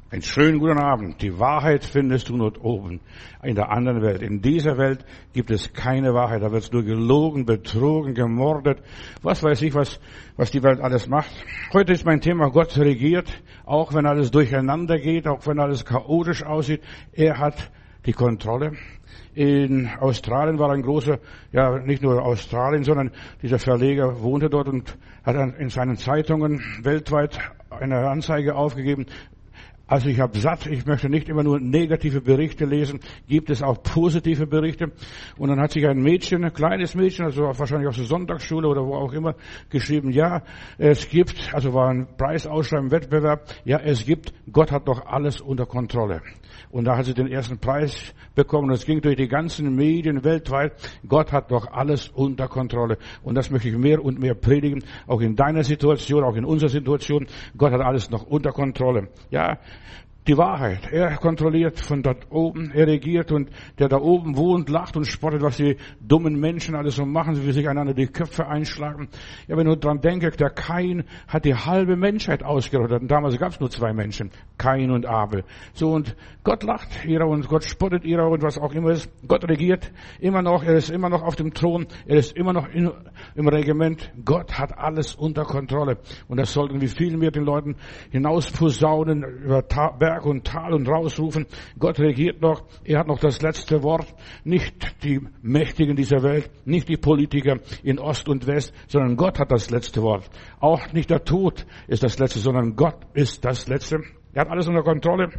Einen schönen guten Abend. Die Wahrheit findest du dort oben, in der anderen Welt. In dieser Welt gibt es keine Wahrheit. Da wird nur gelogen, betrogen, gemordet. Was weiß ich, was die Welt alles macht. Heute ist mein Thema: Gott regiert, auch wenn alles durcheinander geht, auch wenn alles chaotisch aussieht. Er hat die Kontrolle. In Australien war ein großer, ja, nicht nur Australien, sondern dieser Verleger wohnte dort und hat dann in seinen Zeitungen weltweit eine Anzeige aufgegeben. Also ich habe satt, ich möchte nicht immer nur negative Berichte lesen, gibt es auch positive Berichte. Und dann hat sich ein Mädchen, ein kleines Mädchen, also wahrscheinlich aus der Sonntagsschule oder wo auch immer, geschrieben, ja, es gibt, also war ein Preisausschreiben, Wettbewerb, ja, es gibt, Gott hat doch alles unter Kontrolle. Und da hat sie den ersten Preis bekommen und es ging durch die ganzen Medien weltweit, Gott hat doch alles unter Kontrolle. Und das möchte ich mehr und mehr predigen, auch in deiner Situation, auch in unserer Situation, Gott hat alles noch unter Kontrolle. Ja, die Wahrheit. Er kontrolliert von dort oben, er regiert und der da oben wohnt, lacht und spottet, was die dummen Menschen alles so machen, wie sich einander die Köpfe einschlagen. Ja, wenn du dran denkst, der Kain hat die halbe Menschheit ausgerottet. Und damals gab es nur 2 Menschen, Kain und Abel. So, und Gott lacht ihrer und Gott spottet ihrer und was auch immer ist. Gott regiert immer noch, er ist immer noch auf dem Thron, er ist immer noch im Regiment. Gott hat alles unter Kontrolle. Und das sollten wir viel mehr den Leuten hinausposaunen über Berg und Tal und rausrufen. Gott regiert noch. Er hat noch das letzte Wort. Nicht die Mächtigen dieser Welt, nicht die Politiker in Ost und West, sondern Gott hat das letzte Wort. Auch nicht der Tod ist das letzte, sondern Gott ist das letzte. Er hat alles unter Kontrolle.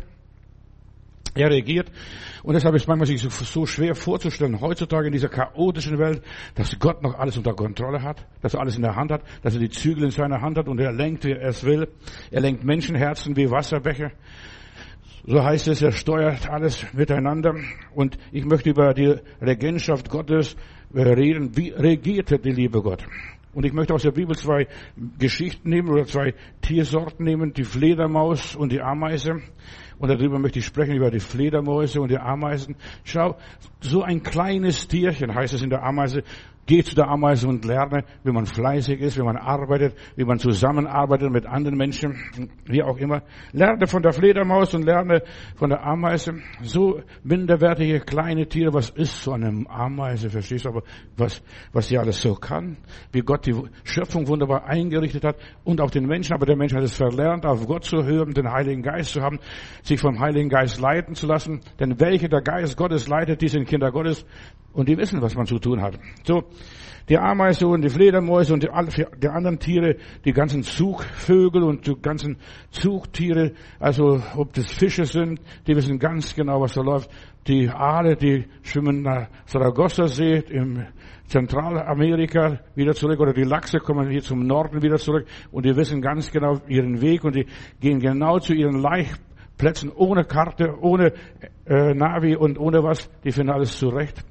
Er regiert. Und deshalb ist es manchmal sich so schwer vorzustellen, heutzutage in dieser chaotischen Welt, dass Gott noch alles unter Kontrolle hat, dass er alles in der Hand hat, dass er die Zügel in seiner Hand hat und er lenkt, wie er es will. Er lenkt Menschenherzen wie Wasserbecher. So heißt es, er steuert alles miteinander. Und ich möchte über die Regentschaft Gottes reden. Wie regierte die liebe Gott? Und ich möchte aus der Bibel 2 Geschichten nehmen oder 2 Tiersorten nehmen, die Fledermaus und die Ameise. Und darüber möchte ich sprechen, über die Fledermäuse und die Ameisen. Schau, so ein kleines Tierchen, heißt es in der Ameise, geh zu der Ameise und lerne, wie man fleißig ist, wie man arbeitet, wie man zusammenarbeitet mit anderen Menschen, wie auch immer. Lerne von der Fledermaus und lerne von der Ameise. So minderwertige kleine Tiere, was ist so eine Ameise, verstehst du? Aber was sie alles so kann, wie Gott die Schöpfung wunderbar eingerichtet hat und auch den Menschen. Aber der Mensch hat es verlernt, auf Gott zu hören, den Heiligen Geist zu haben, sich vom Heiligen Geist leiten zu lassen. Denn welche der Geist Gottes leitet, die sind Kinder Gottes und die wissen, was man zu tun hat. So, die Ameise und die Fledermäuse und die anderen Tiere, die ganzen Zugvögel und die ganzen Zugtiere, also ob das Fische sind, die wissen ganz genau, was da läuft. Die Aale, die schwimmen nach Saragossa-See im Zentralamerika wieder zurück, oder die Lachse kommen hier zum Norden wieder zurück und die wissen ganz genau ihren Weg und die gehen genau zu ihren Laichplätzen ohne Karte, ohne Navi und ohne was, die finden alles zurecht.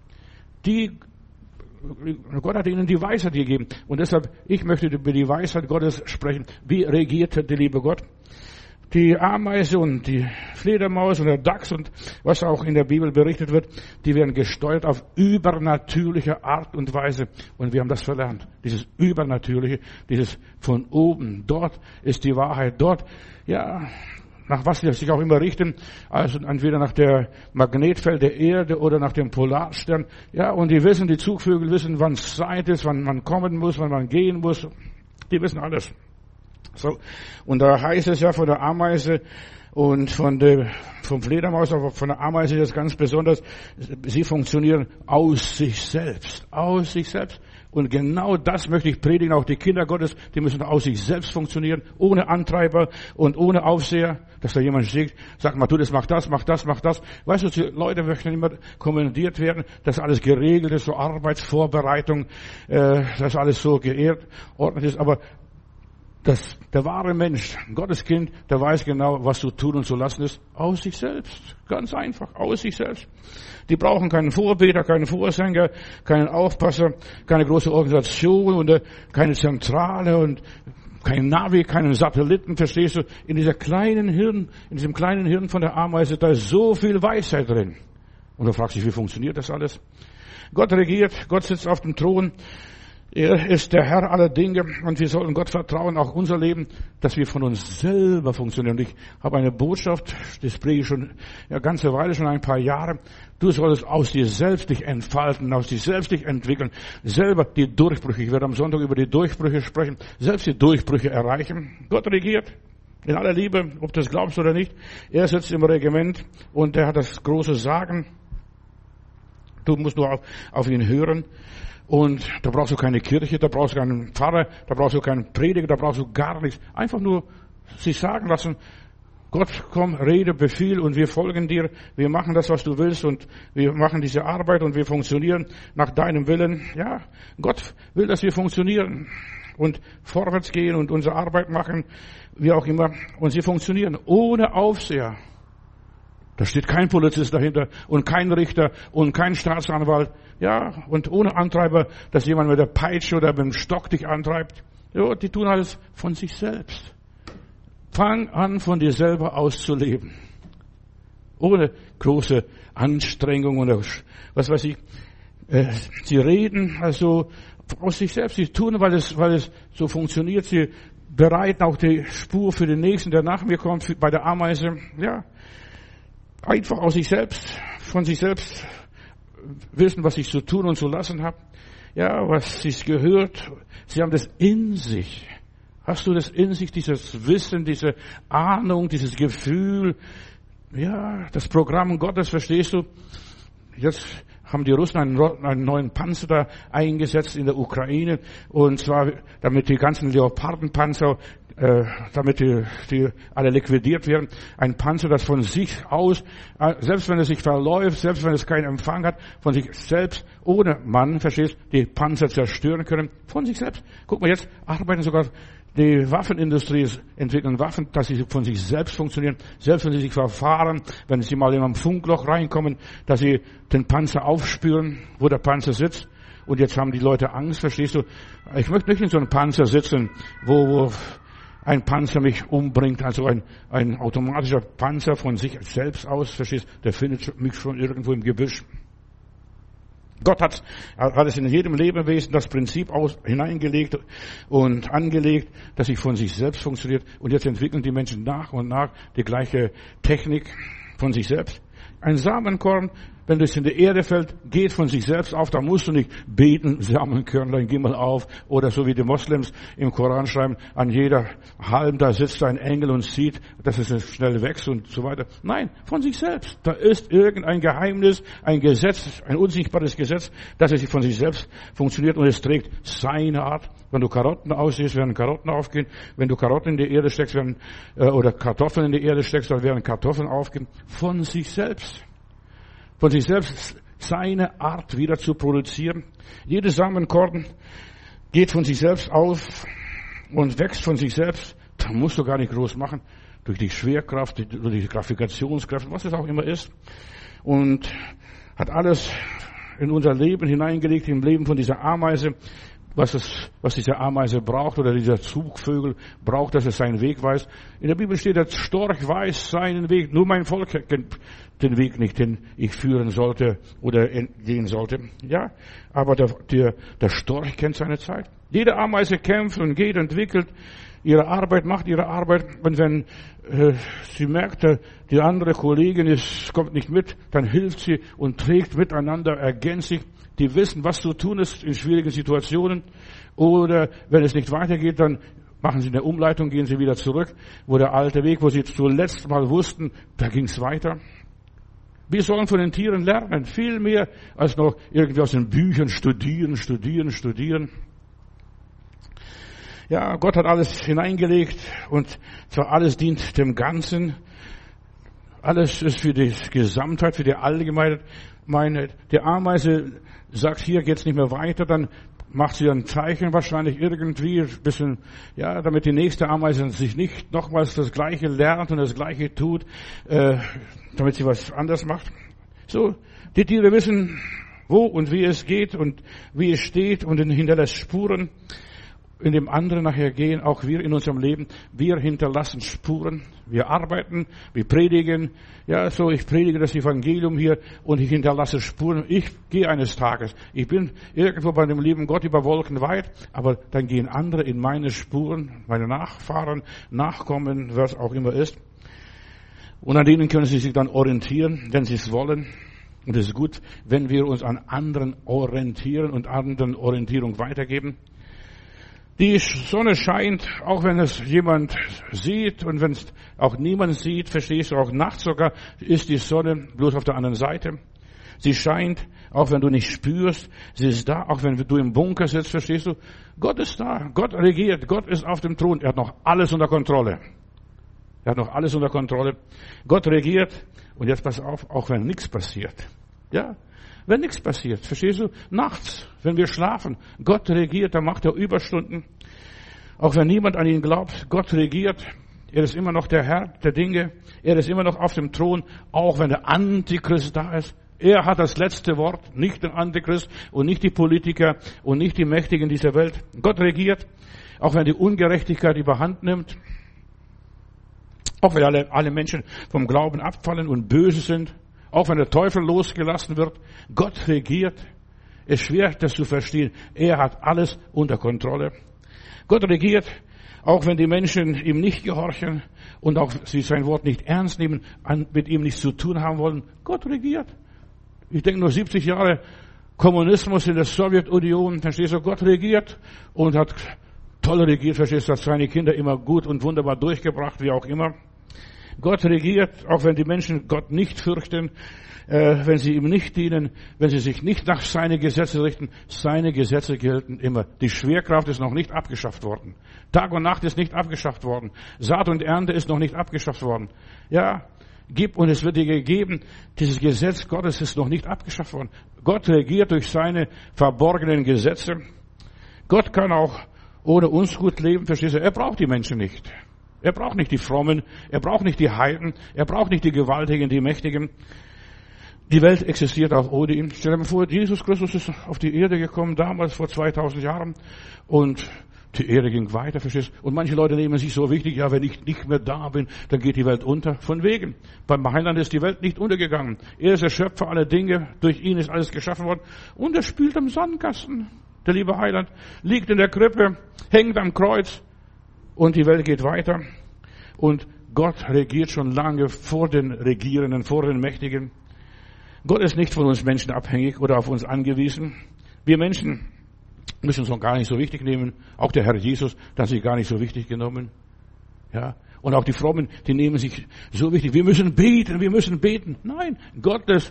Gott hat ihnen die Weisheit gegeben. Und deshalb, ich möchte über die Weisheit Gottes sprechen. Wie regierte der liebe Gott? Die Ameise und die Fledermaus und der Dachs und was auch in der Bibel berichtet wird, die werden gesteuert auf übernatürliche Art und Weise. Und wir haben das verlernt. Dieses Übernatürliche, dieses von oben. Dort ist die Wahrheit. Dort, ja, nach was sie sich auch immer richten, also entweder nach der Magnetfeld der Erde oder nach dem Polarstern. Ja, und die wissen, die Zugvögel wissen, wann es Zeit ist, wann man kommen muss, wann man gehen muss. Die wissen alles. So. Und da heißt es ja von der Ameise und vom Fledermaus, aber von der Ameise ist es ganz besonders, sie funktionieren aus sich selbst. Aus sich selbst. Und genau das möchte ich predigen, auch die Kinder Gottes, die müssen aus sich selbst funktionieren, ohne Antreiber und ohne Aufseher, dass da jemand sagt, mal, du, das mach das, mach das, mach das. Weißt du, die Leute möchten immer kommandiert werden, dass alles geregelt ist, so Arbeitsvorbereitung, dass alles so geordnet ist, aber der wahre Mensch, Gottes Kind, der weiß genau, was zu tun und zu lassen ist, aus sich selbst. Ganz einfach, aus sich selbst. Die brauchen keinen Vorbeter, keinen Vorsänger, keinen Aufpasser, keine große Organisation und keine Zentrale und kein Navi, keinen Satelliten, verstehst du? In diesem kleinen Hirn von der Ameise, da ist so viel Weisheit drin. Und du fragst dich, wie funktioniert das alles? Gott regiert, Gott sitzt auf dem Thron. Er ist der Herr aller Dinge und wir sollen Gott vertrauen, auch unser Leben, dass wir von uns selber funktionieren. Und ich habe eine Botschaft, das predige ich schon eine ganze Weile, schon ein paar Jahre. Du solltest aus dir selbst dich entfalten, aus dir selbst dich entwickeln, selber die Durchbrüche. Ich werde am Sonntag über die Durchbrüche sprechen, selbst die Durchbrüche erreichen. Gott regiert in aller Liebe, ob du das glaubst oder nicht. Er sitzt im Regiment und er hat das große Sagen. Du musst nur auf ihn hören. Und da brauchst du keine Kirche, da brauchst du keinen Pfarrer, da brauchst du keinen Prediger, da brauchst du gar nichts. Einfach nur sich sagen lassen, Gott, komm, rede, befiehl und wir folgen dir. Wir machen das, was du willst und wir machen diese Arbeit und wir funktionieren nach deinem Willen. Ja, Gott will, dass wir funktionieren und vorwärts gehen und unsere Arbeit machen, wie auch immer. Und sie funktionieren ohne Aufseher. Da steht kein Polizist dahinter und kein Richter und kein Staatsanwalt. Ja, und ohne Antreiber, dass jemand mit der Peitsche oder mit dem Stock dich antreibt. Ja, die tun alles von sich selbst. Fang an, von dir selber aus zu leben. Ohne große Anstrengung oder was weiß ich. Sie reden also aus sich selbst. Sie tun, weil es so funktioniert. Sie bereiten auch die Spur für den Nächsten, der nach mir kommt, bei der Ameise. Ja. Einfach aus sich selbst, von sich selbst wissen, was ich zu tun und zu lassen habe. Ja, was sich gehört. Sie haben das in sich. Hast du das in sich, dieses Wissen, diese Ahnung, dieses Gefühl? Ja, das Programm Gottes, verstehst du? Jetzt haben die Russen einen neuen Panzer da eingesetzt in der Ukraine. Und zwar, damit die ganzen Leopardenpanzer, damit die alle liquidiert werden. Ein Panzer, das von sich aus, selbst wenn es sich verläuft, selbst wenn es keinen Empfang hat, von sich selbst, ohne Mann, verstehst, die Panzer zerstören können. Von sich selbst. Guck mal, jetzt arbeiten sogar die Waffenindustrie, entwickeln Waffen, dass sie von sich selbst funktionieren. Selbst wenn sie sich verfahren, wenn sie mal in ein Funkloch reinkommen, dass sie den Panzer aufspüren, wo der Panzer sitzt. Und jetzt haben die Leute Angst, verstehst du? Ich möchte nicht in so einem Panzer sitzen, wo ein Panzer mich umbringt, also ein automatischer Panzer von sich selbst aus, verstehst du? Der findet mich schon irgendwo im Gebüsch. Gott hat es in jedem Lebewesen das Prinzip hineingelegt und angelegt, dass sich von sich selbst funktioniert. Und jetzt entwickeln die Menschen nach und nach die gleiche Technik von sich selbst. Ein Samenkorn, wenn es in die Erde fällt, geht von sich selbst auf. Da musst du nicht beten, Samenkörnlein, geh mal auf. Oder so wie die Moslems im Koran schreiben, an jeder Halm, da sitzt ein Engel und sieht, dass es schnell wächst und so weiter. Nein, von sich selbst. Da ist irgendein Geheimnis, ein Gesetz, ein unsichtbares Gesetz, dass es von sich selbst funktioniert und es trägt seine Art. Wenn du Karotten aussiehst, werden Karotten aufgehen. Wenn du Karotten in die Erde steckst, oder Kartoffeln in die Erde steckst, dann werden Kartoffeln aufgehen. Von sich selbst. Von sich selbst seine Art wieder zu produzieren. Jedes Samenkorn geht von sich selbst auf und wächst von sich selbst. Da musst du gar nicht groß machen. Durch die Schwerkraft, durch die Gravifikationskraft, was es auch immer ist. Und hat alles in unser Leben hineingelegt, im Leben von dieser Ameise. Was diese Ameise braucht oder dieser Zugvögel braucht, dass es seinen Weg weiß. In der Bibel steht, der Storch weiß seinen Weg. Nur mein Volk kennt den Weg nicht, den ich führen sollte oder gehen sollte. Ja, aber der Storch kennt seine Zeit. Jede Ameise kämpft und geht, entwickelt ihre Arbeit, macht ihre Arbeit. Und wenn sie merkt, die andere Kollegin kommt nicht mit, dann hilft sie und trägt miteinander, ergänzt sich. Die wissen, was zu tun ist in schwierigen Situationen. Oder wenn es nicht weitergeht, dann machen sie eine Umleitung, gehen sie wieder zurück, wo der alte Weg, wo sie zuletzt mal wussten, da ging es weiter. Wir sollen von den Tieren lernen, viel mehr als noch irgendwie aus den Büchern studieren. Ja, Gott hat alles hineingelegt und zwar alles dient dem Ganzen. Alles ist für die Gesamtheit, für die Allgemeinheit. Die Ameise sagt, hier geht's nicht mehr weiter, dann macht sie ein Zeichen wahrscheinlich irgendwie ein bisschen, ja, damit die nächste Ameise sich nicht nochmals das Gleiche lernt und das Gleiche tut, damit sie was anderes macht. So, die Tiere wissen, wo und wie es geht und wie es steht und hinterlässt Spuren. in dem anderen nachher gehen, auch wir in unserem Leben, wir hinterlassen Spuren, wir arbeiten, wir predigen, ja, so, ich predige das Evangelium hier und ich hinterlasse Spuren, ich gehe eines Tages, ich bin irgendwo bei dem lieben Gott über Wolken weit, aber dann gehen andere in meine Spuren, meine Nachfahren, Nachkommen, was auch immer ist, und an denen können sie sich dann orientieren, wenn sie es wollen. Und es ist gut, wenn wir uns an anderen orientieren und anderen Orientierung weitergeben. Die Sonne scheint, auch wenn es jemand sieht und wenn es auch niemand sieht, verstehst du, auch nachts sogar ist die Sonne bloß auf der anderen Seite. Sie scheint, auch wenn du nicht spürst, sie ist da, auch wenn du im Bunker sitzt, verstehst du. Gott ist da, Gott regiert, Gott ist auf dem Thron, er hat noch alles unter Kontrolle. Er hat noch alles unter Kontrolle. Gott regiert und jetzt pass auf, auch wenn nichts passiert. Ja, wenn nichts passiert, verstehst du? Nachts, wenn wir schlafen, Gott regiert, dann macht er Überstunden. Auch wenn niemand an ihn glaubt, Gott regiert. Er ist immer noch der Herr der Dinge. Er ist immer noch auf dem Thron, auch wenn der Antichrist da ist. Er hat das letzte Wort, nicht der Antichrist und nicht die Politiker und nicht die Mächtigen dieser Welt. Gott regiert, auch wenn die Ungerechtigkeit überhand nimmt. Auch wenn alle Menschen vom Glauben abfallen und böse sind. Auch wenn der Teufel losgelassen wird, Gott regiert. Es ist schwer, das zu verstehen. Er hat alles unter Kontrolle. Gott regiert, auch wenn die Menschen ihm nicht gehorchen und auch sie sein Wort nicht ernst nehmen, mit ihm nichts zu tun haben wollen. Gott regiert. Ich denke nur 70 Jahre Kommunismus in der Sowjetunion, verstehst du, Gott regiert und hat toll regiert, verstehst du, hat seine Kinder immer gut und wunderbar durchgebracht, wie auch immer. Gott regiert, auch wenn die Menschen Gott nicht fürchten, wenn sie ihm nicht dienen, wenn sie sich nicht nach seine Gesetze richten. Seine Gesetze gelten immer. Die Schwerkraft ist noch nicht abgeschafft worden. Tag und Nacht ist nicht abgeschafft worden. Saat und Ernte ist noch nicht abgeschafft worden. Ja, gib und es wird dir gegeben. Dieses Gesetz Gottes ist noch nicht abgeschafft worden. Gott regiert durch seine verborgenen Gesetze. Gott kann auch ohne uns gut leben, verstehst du? Er braucht die Menschen nicht. Er braucht nicht die Frommen, er braucht nicht die Heiden, er braucht nicht die Gewaltigen, die Mächtigen. Die Welt existiert auch ohne ihn. Stell dir mal vor, Jesus Christus ist auf die Erde gekommen, damals vor 2000 Jahren, und die Erde ging weiter, verstehst du? Und manche Leute nehmen sich so wichtig, ja, wenn ich nicht mehr da bin, dann geht die Welt unter. Von wegen. Beim Heiland ist die Welt nicht untergegangen. Er ist der Schöpfer aller Dinge, durch ihn ist alles geschaffen worden. Und er spielt am Sandkasten. Der liebe Heiland liegt in der Krippe, hängt am Kreuz. Und die Welt geht weiter. Und Gott regiert schon lange vor den Regierenden, vor den Mächtigen. Gott ist nicht von uns Menschen abhängig oder auf uns angewiesen. Wir Menschen müssen uns noch gar nicht so wichtig nehmen. Auch der Herr Jesus, das hat sich gar nicht so wichtig genommen. Ja. Und auch die Frommen, die nehmen sich so wichtig. Wir müssen beten, wir müssen beten. Nein, Gottes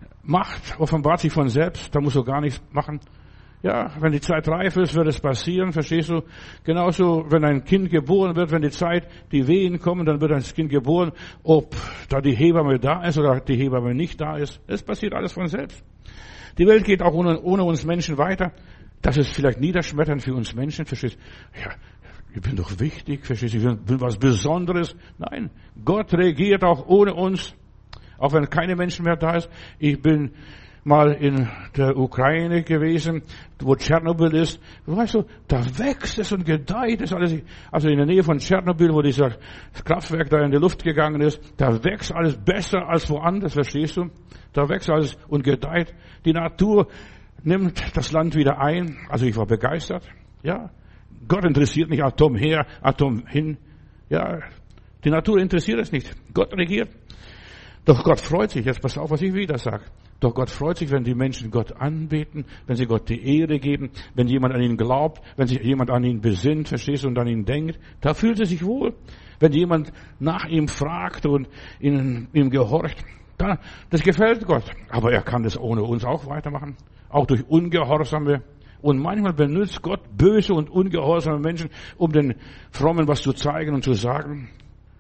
Macht offenbart sich von selbst. Da musst du gar nichts machen. Ja, wenn die Zeit reif ist, wird es passieren, verstehst du? Genauso, wenn ein Kind geboren wird, wenn die Zeit, die Wehen kommen, dann wird ein Kind geboren, ob da die Hebamme da ist oder die Hebamme nicht da ist. Es passiert alles von selbst. Die Welt geht auch ohne uns Menschen weiter. Das ist vielleicht niederschmetternd für uns Menschen, verstehst du? Ja, ich bin doch wichtig, verstehst du? Ich bin was Besonderes. Nein, Gott regiert auch ohne uns, auch wenn keine Menschen mehr da ist. Ich bin mal in der Ukraine gewesen, wo Tschernobyl ist. Weißt du, da wächst es und gedeiht es alles. Also in der Nähe von Tschernobyl, wo dieser Kraftwerk da in die Luft gegangen ist, da wächst alles besser als woanders, verstehst du? Da wächst alles und gedeiht. Die Natur nimmt das Land wieder ein. Also ich war begeistert. Ja, Gott interessiert nicht Atom her, Atom hin. Ja, die Natur interessiert es nicht. Gott regiert. Doch Gott freut sich. Jetzt pass auf, was ich wieder sage. Doch Gott freut sich, wenn die Menschen Gott anbeten, wenn sie Gott die Ehre geben, wenn jemand an ihn glaubt, wenn sich jemand an ihn besinnt, verstehst du, und an ihn denkt. Da fühlt er sich wohl. Wenn jemand nach ihm fragt und ihm gehorcht, das gefällt Gott. Aber er kann das ohne uns auch weitermachen. Auch durch Ungehorsame. Und manchmal benutzt Gott böse und ungehorsame Menschen, um den Frommen was zu zeigen und zu sagen.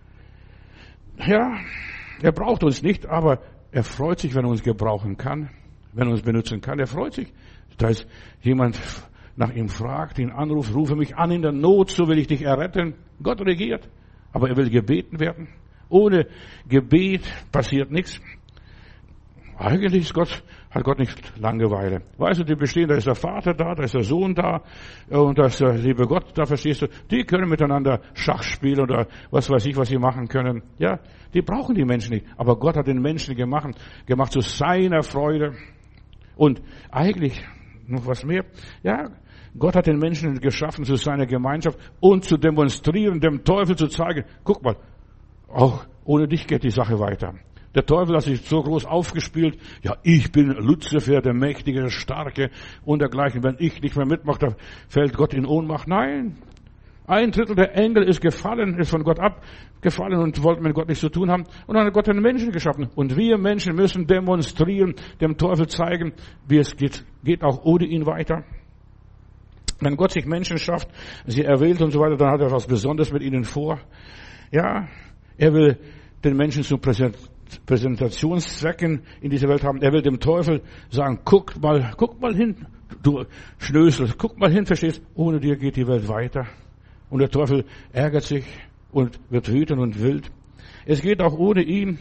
Ja, er braucht uns nicht, aber er freut sich, wenn er uns gebrauchen kann, wenn er uns benutzen kann. Er freut sich. Da ist jemand nach ihm fragt, ihn anruft, rufe mich an in der Not, so will ich dich erretten. Gott regiert, aber er will gebeten werden. Ohne Gebet passiert nichts. Eigentlich hat Gott nicht Langeweile. Weißt du, die bestehen, da ist der Vater da ist der Sohn da und da ist der liebe Gott da, verstehst du? Die können miteinander Schach spielen oder was weiß ich, was sie machen können. Ja, die brauchen die Menschen nicht. Aber Gott hat den Menschen gemacht zu seiner Freude. Und eigentlich, noch was mehr, ja, Gott hat den Menschen geschaffen zu seiner Gemeinschaft und zu demonstrieren, dem Teufel zu zeigen, guck mal, auch ohne dich geht die Sache weiter. Der Teufel hat sich so groß aufgespielt, ja, ich bin Luzifer, der Mächtige, der Starke und dergleichen. Wenn ich nicht mehr mitmache, dann fällt Gott in Ohnmacht. Nein, 1/3 der Engel ist gefallen, ist von Gott abgefallen und wollten mit Gott nichts zu tun haben. Und dann hat Gott den Menschen geschaffen. Und wir Menschen müssen demonstrieren, dem Teufel zeigen, wie es geht auch ohne ihn weiter. Wenn Gott sich Menschen schafft, sie erwählt und so weiter, dann hat er was Besonderes mit ihnen vor. Ja, er will den Menschen zu Präsentationszwecken in dieser Welt haben. Er will dem Teufel sagen, guck mal hin, du Schnösel, guck mal hin, verstehst? Ohne dir geht die Welt weiter. Und der Teufel ärgert sich und wird wütend und wild. Es geht auch ohne ihn.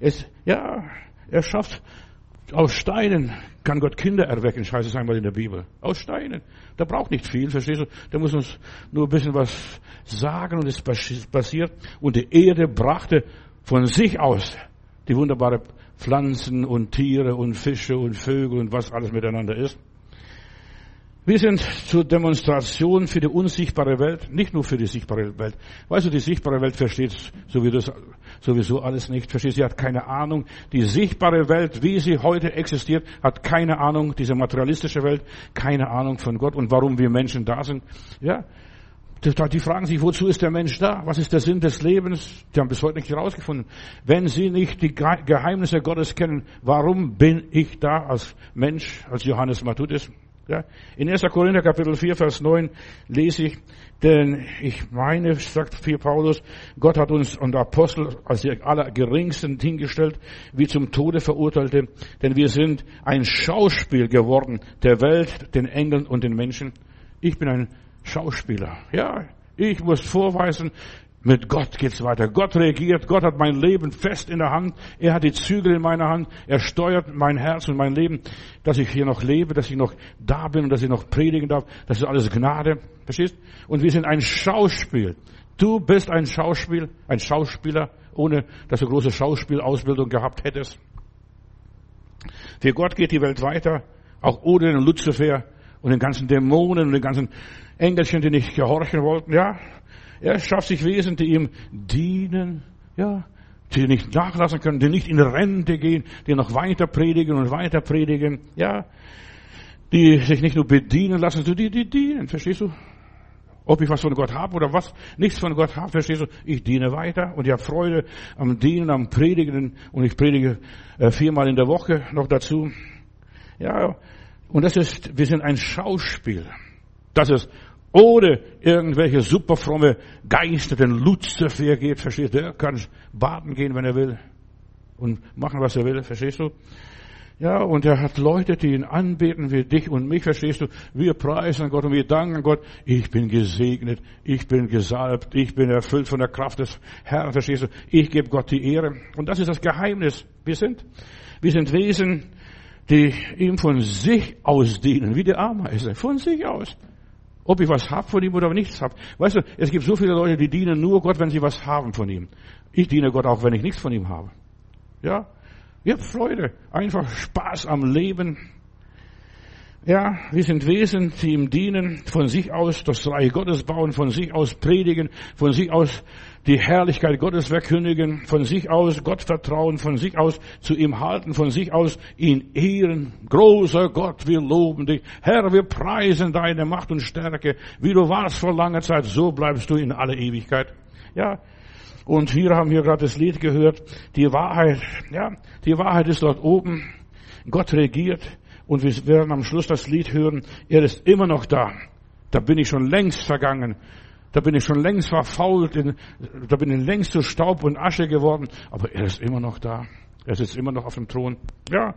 Er schafft aus Steinen, kann Gott Kinder erwecken, heißt es einmal in der Bibel. Aus Steinen. Da braucht nicht viel, verstehst du? Da muss uns nur ein bisschen was sagen und es passiert. Und die Erde brachte von sich aus die wunderbare Pflanzen und Tiere und Fische und Vögel und was alles miteinander ist. Wir sind zur Demonstration für die unsichtbare Welt, nicht nur für die sichtbare Welt. Weißt du, die sichtbare Welt versteht sowieso alles nicht. Versteht, sie hat keine Ahnung. Die sichtbare Welt, wie sie heute existiert, hat keine Ahnung. Diese materialistische Welt, keine Ahnung von Gott und warum wir Menschen da sind. Ja, die fragen sich, wozu ist der Mensch da? Was ist der Sinn des Lebens? Die haben bis heute nicht herausgefunden. Wenn sie nicht die Geheimnisse Gottes kennen, warum bin ich da als Mensch, als Johannes Matthäus? Ja, in 1. Korinther Kapitel 4, Vers 9 lese ich, denn ich meine, sagt Paulus, Gott hat uns und Apostel als die allergeringsten hingestellt, wie zum Tode Verurteilte, denn wir sind ein Schauspiel geworden der Welt, den Engeln und den Menschen. Ich bin ein Schauspieler. Ja, ich muss vorweisen, mit Gott geht's weiter. Gott regiert. Gott hat mein Leben fest in der Hand. Er hat die Zügel in meiner Hand. Er steuert mein Herz und mein Leben, dass ich hier noch lebe, dass ich noch da bin und dass ich noch predigen darf. Das ist alles Gnade. Verstehst? Und wir sind ein Schauspiel. Du bist ein Schauspieler, ohne dass du große Schauspielausbildung gehabt hättest. Für Gott geht die Welt weiter, auch ohne den Luzifer und den ganzen Dämonen und den ganzen Engelchen, die nicht gehorchen wollten. Ja, er schafft sich Wesen, die ihm dienen, ja, die nicht nachlassen können, die nicht in Rente gehen, die noch weiter predigen und weiter predigen, ja, die sich nicht nur bedienen lassen, sondern die dienen, verstehst du? Ob ich was von Gott habe oder was, nichts von Gott habe, verstehst du? Ich diene weiter und ich habe Freude am Dienen, am Predigen und ich predige 4-mal in der Woche noch dazu. Ja, und wir sind ein Schauspiel. Das ist ohne irgendwelche superfromme Geister, den Luzifer geht, verstehst du? Der kann baden gehen, wenn er will und machen, was er will, verstehst du? Ja, und er hat Leute, die ihn anbeten, wie dich und mich, verstehst du? Wir preisen Gott und wir danken Gott. Ich bin gesegnet, ich bin gesalbt, ich bin erfüllt von der Kraft des Herrn, verstehst du? Ich gebe Gott die Ehre. Und das ist das Geheimnis. Wir sind Wesen, die ihm von sich aus dienen, wie der Ameise, von sich aus. Ob ich was habe von ihm oder nichts habe. Weißt du, es gibt so viele Leute, die dienen nur Gott, wenn sie was haben von ihm. Ich diene Gott auch, wenn ich nichts von ihm habe. Ja, ich habe Freude, einfach Spaß am Leben. Ja, wir sind Wesen, die ihm dienen, von sich aus das Reich Gottes bauen, von sich aus predigen, von sich aus die Herrlichkeit Gottes verkündigen, von sich aus Gott vertrauen, von sich aus zu ihm halten, von sich aus ihn ehren. Großer Gott, wir loben dich. Herr, wir preisen deine Macht und Stärke. Wie du warst vor langer Zeit, so bleibst du in aller Ewigkeit. Ja, und hier haben wir gerade das Lied gehört. Die Wahrheit ist dort oben. Gott regiert. Und wir werden am Schluss das Lied hören. Er ist immer noch da. Da bin ich schon längst vergangen. Da bin ich schon längst verfault, da bin ich längst zu Staub und Asche geworden, aber er ist immer noch da. Er sitzt immer noch auf dem Thron. Ja,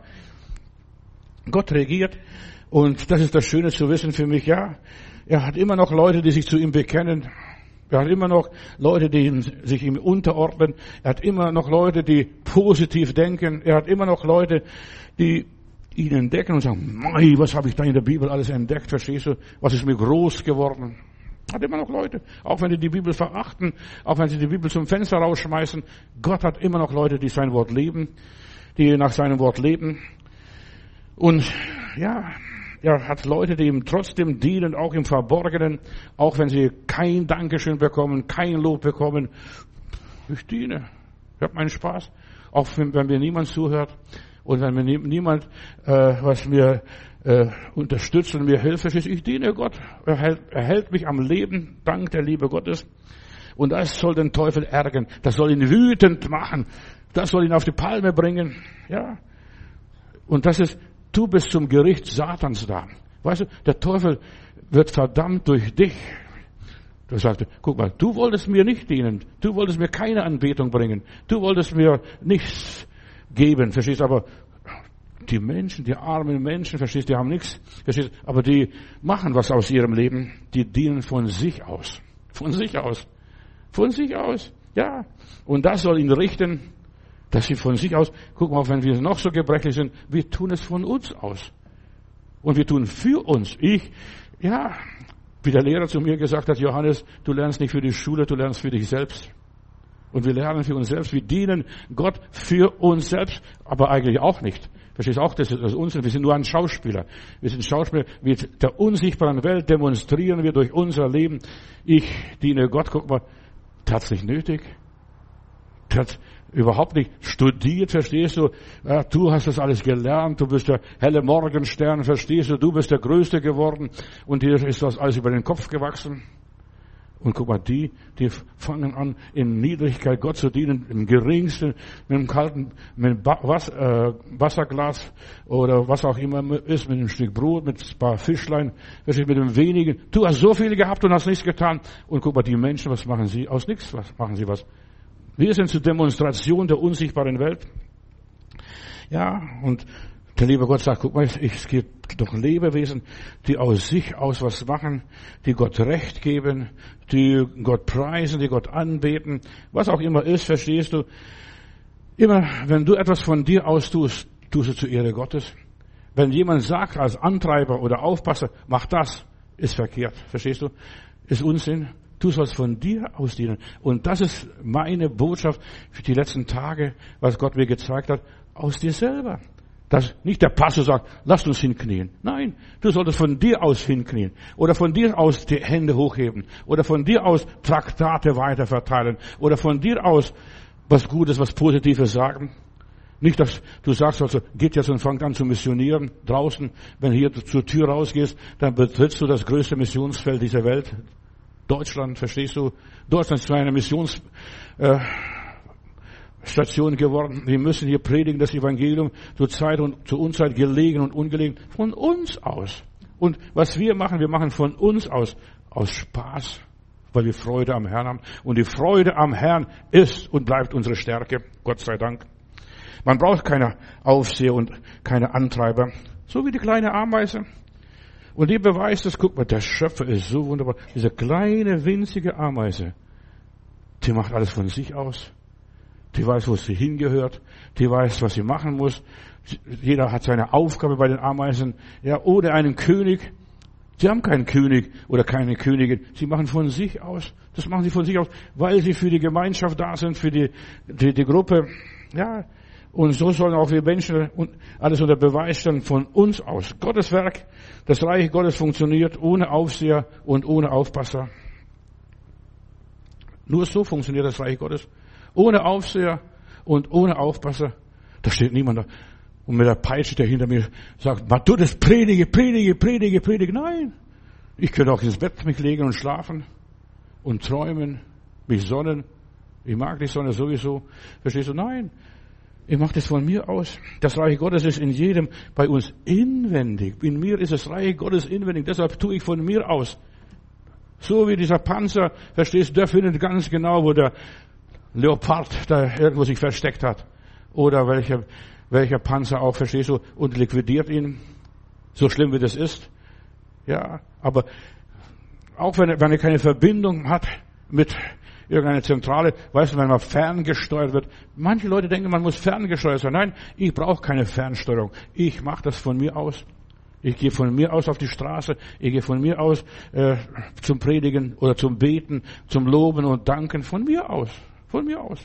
Gott regiert und das ist das Schöne zu wissen für mich, ja. Er hat immer noch Leute, die sich zu ihm bekennen. Er hat immer noch Leute, die sich ihm unterordnen. Er hat immer noch Leute, die positiv denken. Er hat immer noch Leute, die ihn entdecken und sagen, Mei, was habe ich da in der Bibel alles entdeckt, verstehst du? Was ist mir groß geworden? Hat immer noch Leute, auch wenn sie die Bibel verachten, auch wenn sie die Bibel zum Fenster rausschmeißen. Gott hat immer noch Leute, die sein Wort leben, die nach seinem Wort leben. Und ja, er hat Leute, die ihm trotzdem dienen, auch im Verborgenen, auch wenn sie kein Dankeschön bekommen, kein Lob bekommen. Ich diene, ich habe meinen Spaß, auch wenn mir niemand zuhört und wenn mir niemand was mir unterstützt und mir hilft. Ich diene Gott, er hält mich am Leben, dank der Liebe Gottes. Und das soll den Teufel ärgern, das soll ihn wütend machen, das soll ihn auf die Palme bringen. Ja. Und das ist, du bist zum Gericht Satans da. Weißt du, der Teufel wird verdammt durch dich. Du sagst, guck mal, du wolltest mir nicht dienen. Du wolltest mir keine Anbetung bringen. Du wolltest mir nichts geben. Verstehst du? Aber die Menschen, die armen Menschen, verstehst du, die haben nichts. Verstehst du? Aber die machen was aus ihrem Leben. Die dienen von sich aus. Von sich aus. Von sich aus. Ja. Und das soll ihn richten. Dass sie von sich aus, guck mal, wenn wir noch so gebrechlich sind, wir tun es von uns aus. Und wir tun für uns. Wie der Lehrer zu mir gesagt hat, Johannes, du lernst nicht für die Schule, du lernst für dich selbst. Und wir lernen für uns selbst, wir dienen Gott für uns selbst, aber eigentlich auch nicht. Verstehst du auch, das ist Unsinn, wir sind nur ein Schauspieler. Wir sind Schauspieler, wir der unsichtbaren Welt demonstrieren wir durch unser Leben. Ich diene Gott, guck mal, tat's nicht nötig. Tat's überhaupt nicht studiert, verstehst du? Ja, du hast das alles gelernt, du bist der helle Morgenstern, verstehst du? Du bist der Größte geworden und dir ist das alles über den Kopf gewachsen. Und guck mal, die fangen an, in Niedrigkeit Gott zu dienen, im Geringsten, mit einem kalten Wasserglas oder was auch immer ist, mit einem Stück Brot, mit ein paar Fischlein, mit dem wenigen. Du hast so viel gehabt und hast nichts getan. Und guck mal, die Menschen, was machen sie? Aus nichts, was machen sie was? Wir sind zur Demonstration der unsichtbaren Welt. Ja, und der liebe Gott sagt, guck mal, es gibt doch Lebewesen, die aus sich aus was machen, die Gott Recht geben, die Gott preisen, die Gott anbeten, was auch immer ist, verstehst du? Immer, wenn du etwas von dir aus tust, tust du zur Ehre Gottes. Wenn jemand sagt, als Antreiber oder Aufpasser, mach das, ist verkehrt, verstehst du? Ist Unsinn. Du sollst von dir aus dienen. Und das ist meine Botschaft für die letzten Tage, was Gott mir gezeigt hat, aus dir selber. Dass nicht der Pastor sagt, lasst uns hinknien. Nein, du solltest von dir aus hinknien. Oder von dir aus die Hände hochheben. Oder von dir aus Traktate weiterverteilen. Oder von dir aus was Gutes, was Positives sagen. Nicht, dass du sagst, also, geht jetzt und fangt an zu missionieren draußen. Wenn hier zur Tür rausgehst, dann betrittst du das größte Missionsfeld dieser Welt. Deutschland, verstehst du? Deutschland ist zu einer Missionsstation geworden. Wir müssen hier predigen, das Evangelium zur Zeit und zur Unzeit, gelegen und ungelegen, von uns aus. Und was wir machen von uns aus Spaß, weil wir Freude am Herrn haben. Und die Freude am Herrn ist und bleibt unsere Stärke, Gott sei Dank. Man braucht keine Aufseher und keine Antreiber, so wie die kleine Ameise. Und die beweist es, guck mal, der Schöpfer ist so wunderbar. Diese kleine, winzige Ameise, die macht alles von sich aus. Die weiß, wo sie hingehört. Die weiß, was sie machen muss. Jeder hat seine Aufgabe bei den Ameisen. Ja, ohne einen König. Sie haben keinen König oder keine Königin. Sie machen von sich aus. Das machen sie von sich aus, weil sie für die Gemeinschaft da sind, für die Gruppe. Ja. Und so sollen auch wir Menschen alles unter Beweis stellen von uns aus. Gottes Werk, das Reich Gottes funktioniert ohne Aufseher und ohne Aufpasser. Nur so funktioniert das Reich Gottes. Ohne Aufseher und ohne Aufpasser. Da steht niemand da und mit der Peitsche, der hinter mir sagt, du das predige. Nein, ich könnte auch ins Bett mich legen und schlafen und träumen, mich sonnen. Ich mag die Sonne sowieso. Verstehst du? Nein. Ich mache das von mir aus. Das Reich Gottes ist in jedem bei uns inwendig. In mir ist das Reich Gottes inwendig. Deshalb tue ich von mir aus. So wie dieser Panzer, verstehst du, der findet ganz genau, wo der Leopard da irgendwo sich versteckt hat. Oder welcher Panzer auch, verstehst du, und liquidiert ihn. So schlimm wie das ist. Ja, aber auch wenn er keine Verbindung hat mit irgendeiner Zentrale. Weißt du, wenn man ferngesteuert wird. Manche Leute denken, man muss ferngesteuert sein. Nein, ich brauche keine Fernsteuerung. Ich mache das von mir aus. Ich gehe von mir aus auf die Straße. Ich gehe von mir aus zum Predigen oder zum Beten, zum Loben und Danken. Von mir aus. Von mir aus.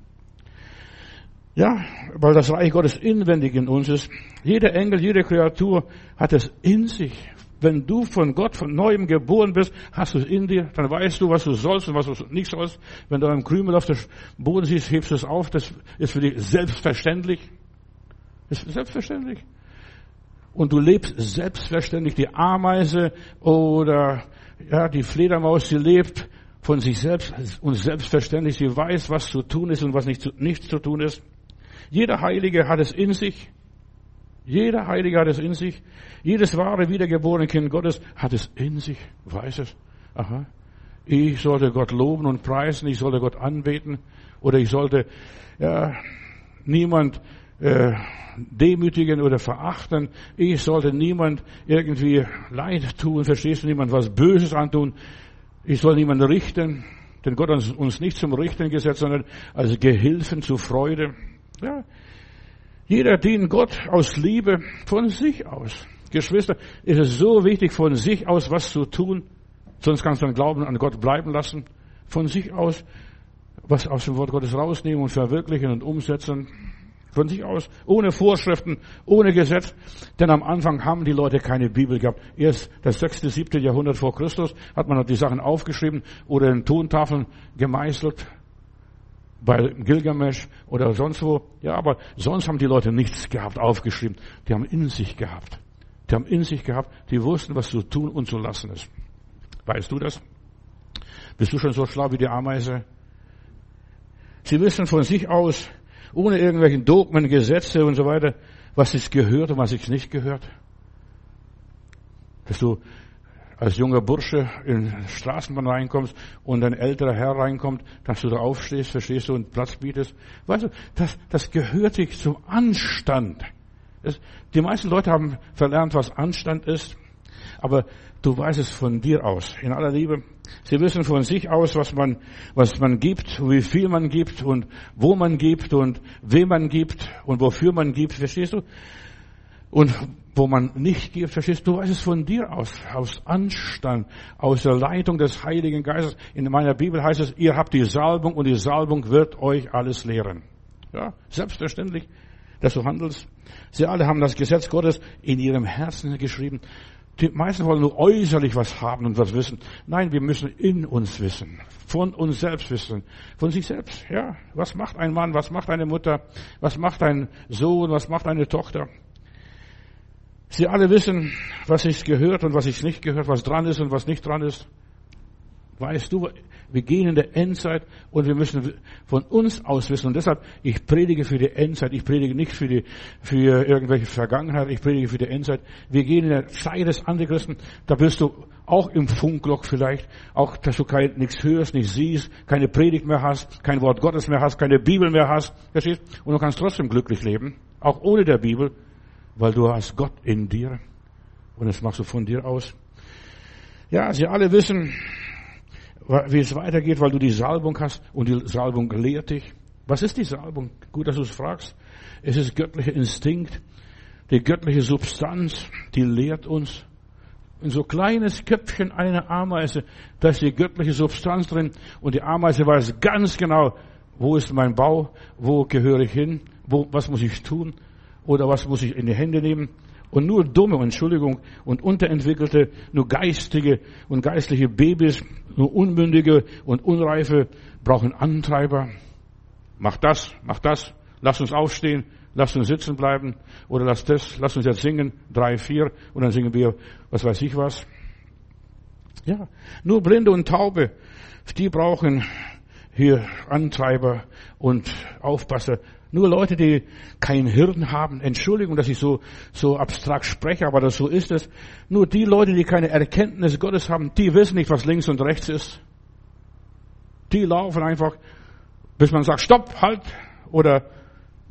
Ja, weil das Reich Gottes inwendig in uns ist. Jeder Engel, jede Kreatur hat es in sich. Wenn du von Gott von Neuem geboren bist, hast du es in dir, dann weißt du, was du sollst und was du nicht sollst. Wenn du einen Krümel auf dem Boden siehst, hebst du es auf. Das ist für dich selbstverständlich. Das ist selbstverständlich. Und du lebst selbstverständlich. Die Ameise oder ja, die Fledermaus, sie lebt von sich selbst und selbstverständlich. Sie weiß, was zu tun ist und was nicht zu tun ist. Jeder Heilige hat es in sich. Jeder Heilige hat es in sich. Jedes wahre, wiedergeborene Kind Gottes hat es in sich. Weiß es. Aha. Ich sollte Gott loben und preisen. Ich sollte Gott anbeten. Oder ich sollte niemand demütigen oder verachten. Ich sollte niemand irgendwie Leid tun. Verstehst du? Niemand was Böses antun. Ich soll niemanden richten. Denn Gott hat uns nicht zum Richten gesetzt, sondern als Gehilfen zur Freude. Ja. Jeder dient Gott aus Liebe von sich aus. Geschwister, ist es so wichtig, von sich aus was zu tun. Sonst kannst du dein Glauben an Gott bleiben lassen. Von sich aus was aus dem Wort Gottes rausnehmen und verwirklichen und umsetzen. Von sich aus, ohne Vorschriften, ohne Gesetz. Denn am Anfang haben die Leute keine Bibel gehabt. Erst das 6., 7. Jahrhundert vor Christus hat man die Sachen aufgeschrieben oder in Tontafeln gemeißelt. Bei Gilgamesch oder sonst wo. Ja, aber sonst haben die Leute nichts gehabt, aufgeschrieben. Die haben in sich gehabt. Die haben in sich gehabt. Die wussten, was zu tun und zu lassen ist. Weißt du das? Bist du schon so schlau wie die Ameise? Sie wissen von sich aus, ohne irgendwelchen Dogmen, Gesetze und so weiter, was es gehört und was es nicht gehört. Dass du als junger Bursche in die Straßenbahn reinkommst und ein älterer Herr reinkommt, dass du da aufstehst, verstehst du, und Platz bietest. Weißt du, das gehört sich zum Anstand. Die meisten Leute haben verlernt, was Anstand ist, aber du weißt es von dir aus, in aller Liebe. Sie wissen von sich aus, was man gibt, wie viel man gibt und wo man gibt und wem man gibt und wofür man gibt, verstehst du? Und wo man nicht gibt, verstehst du? Du weißt es von dir aus Anstand, aus der Leitung des Heiligen Geistes. In meiner Bibel heißt es, ihr habt die Salbung und die Salbung wird euch alles lehren. Ja, selbstverständlich, dass du handelst. Sie alle haben das Gesetz Gottes in ihrem Herzen geschrieben. Die meisten wollen nur äußerlich was haben und was wissen. Nein, wir müssen in uns wissen. Von uns selbst wissen. Von sich selbst. Ja. Was macht ein Mann? Was macht eine Mutter? Was macht ein Sohn? Was macht eine Tochter? Sie alle wissen, was sich gehört und was sich nicht gehört, was dran ist und was nicht dran ist. Weißt du, wir gehen in der Endzeit und wir müssen von uns aus wissen. Und deshalb, ich predige für die Endzeit. Ich predige nicht für irgendwelche Vergangenheit. Ich predige für die Endzeit. Wir gehen in der Zeit des Antichristen. Da bist du auch im Funkloch vielleicht. Auch, dass du nichts hörst, nicht siehst, keine Predigt mehr hast, kein Wort Gottes mehr hast, keine Bibel mehr hast. Verstehst? Und du kannst trotzdem glücklich leben. Auch ohne der Bibel. Weil du hast Gott in dir. Und das machst du von dir aus. Ja, sie alle wissen, wie es weitergeht, weil du die Salbung hast. Und die Salbung lehrt dich. Was ist die Salbung? Gut, dass du es fragst. Es ist göttlicher Instinkt. Die göttliche Substanz, die lehrt uns. In so kleines Köpfchen einer Ameise, da ist die göttliche Substanz drin. Und die Ameise weiß ganz genau, wo ist mein Bau? Wo gehöre ich hin? Was muss ich tun? Oder was muss ich in die Hände nehmen? Und nur dumme, Entschuldigung, und unterentwickelte, nur geistige und geistliche Babys, nur unmündige und unreife brauchen Antreiber. Mach das, lass uns aufstehen, lass uns sitzen bleiben, oder lass uns jetzt singen, 3, 4, und dann singen wir, was weiß ich was. Ja, nur Blinde und Taube, die brauchen hier Antreiber und Aufpasser. Nur Leute, die kein Hirn haben, Entschuldigung, dass ich so abstrakt spreche, aber so ist es. Nur die Leute, die keine Erkenntnis Gottes haben, die wissen nicht, was links und rechts ist. Die laufen einfach, bis man sagt, stopp, halt, oder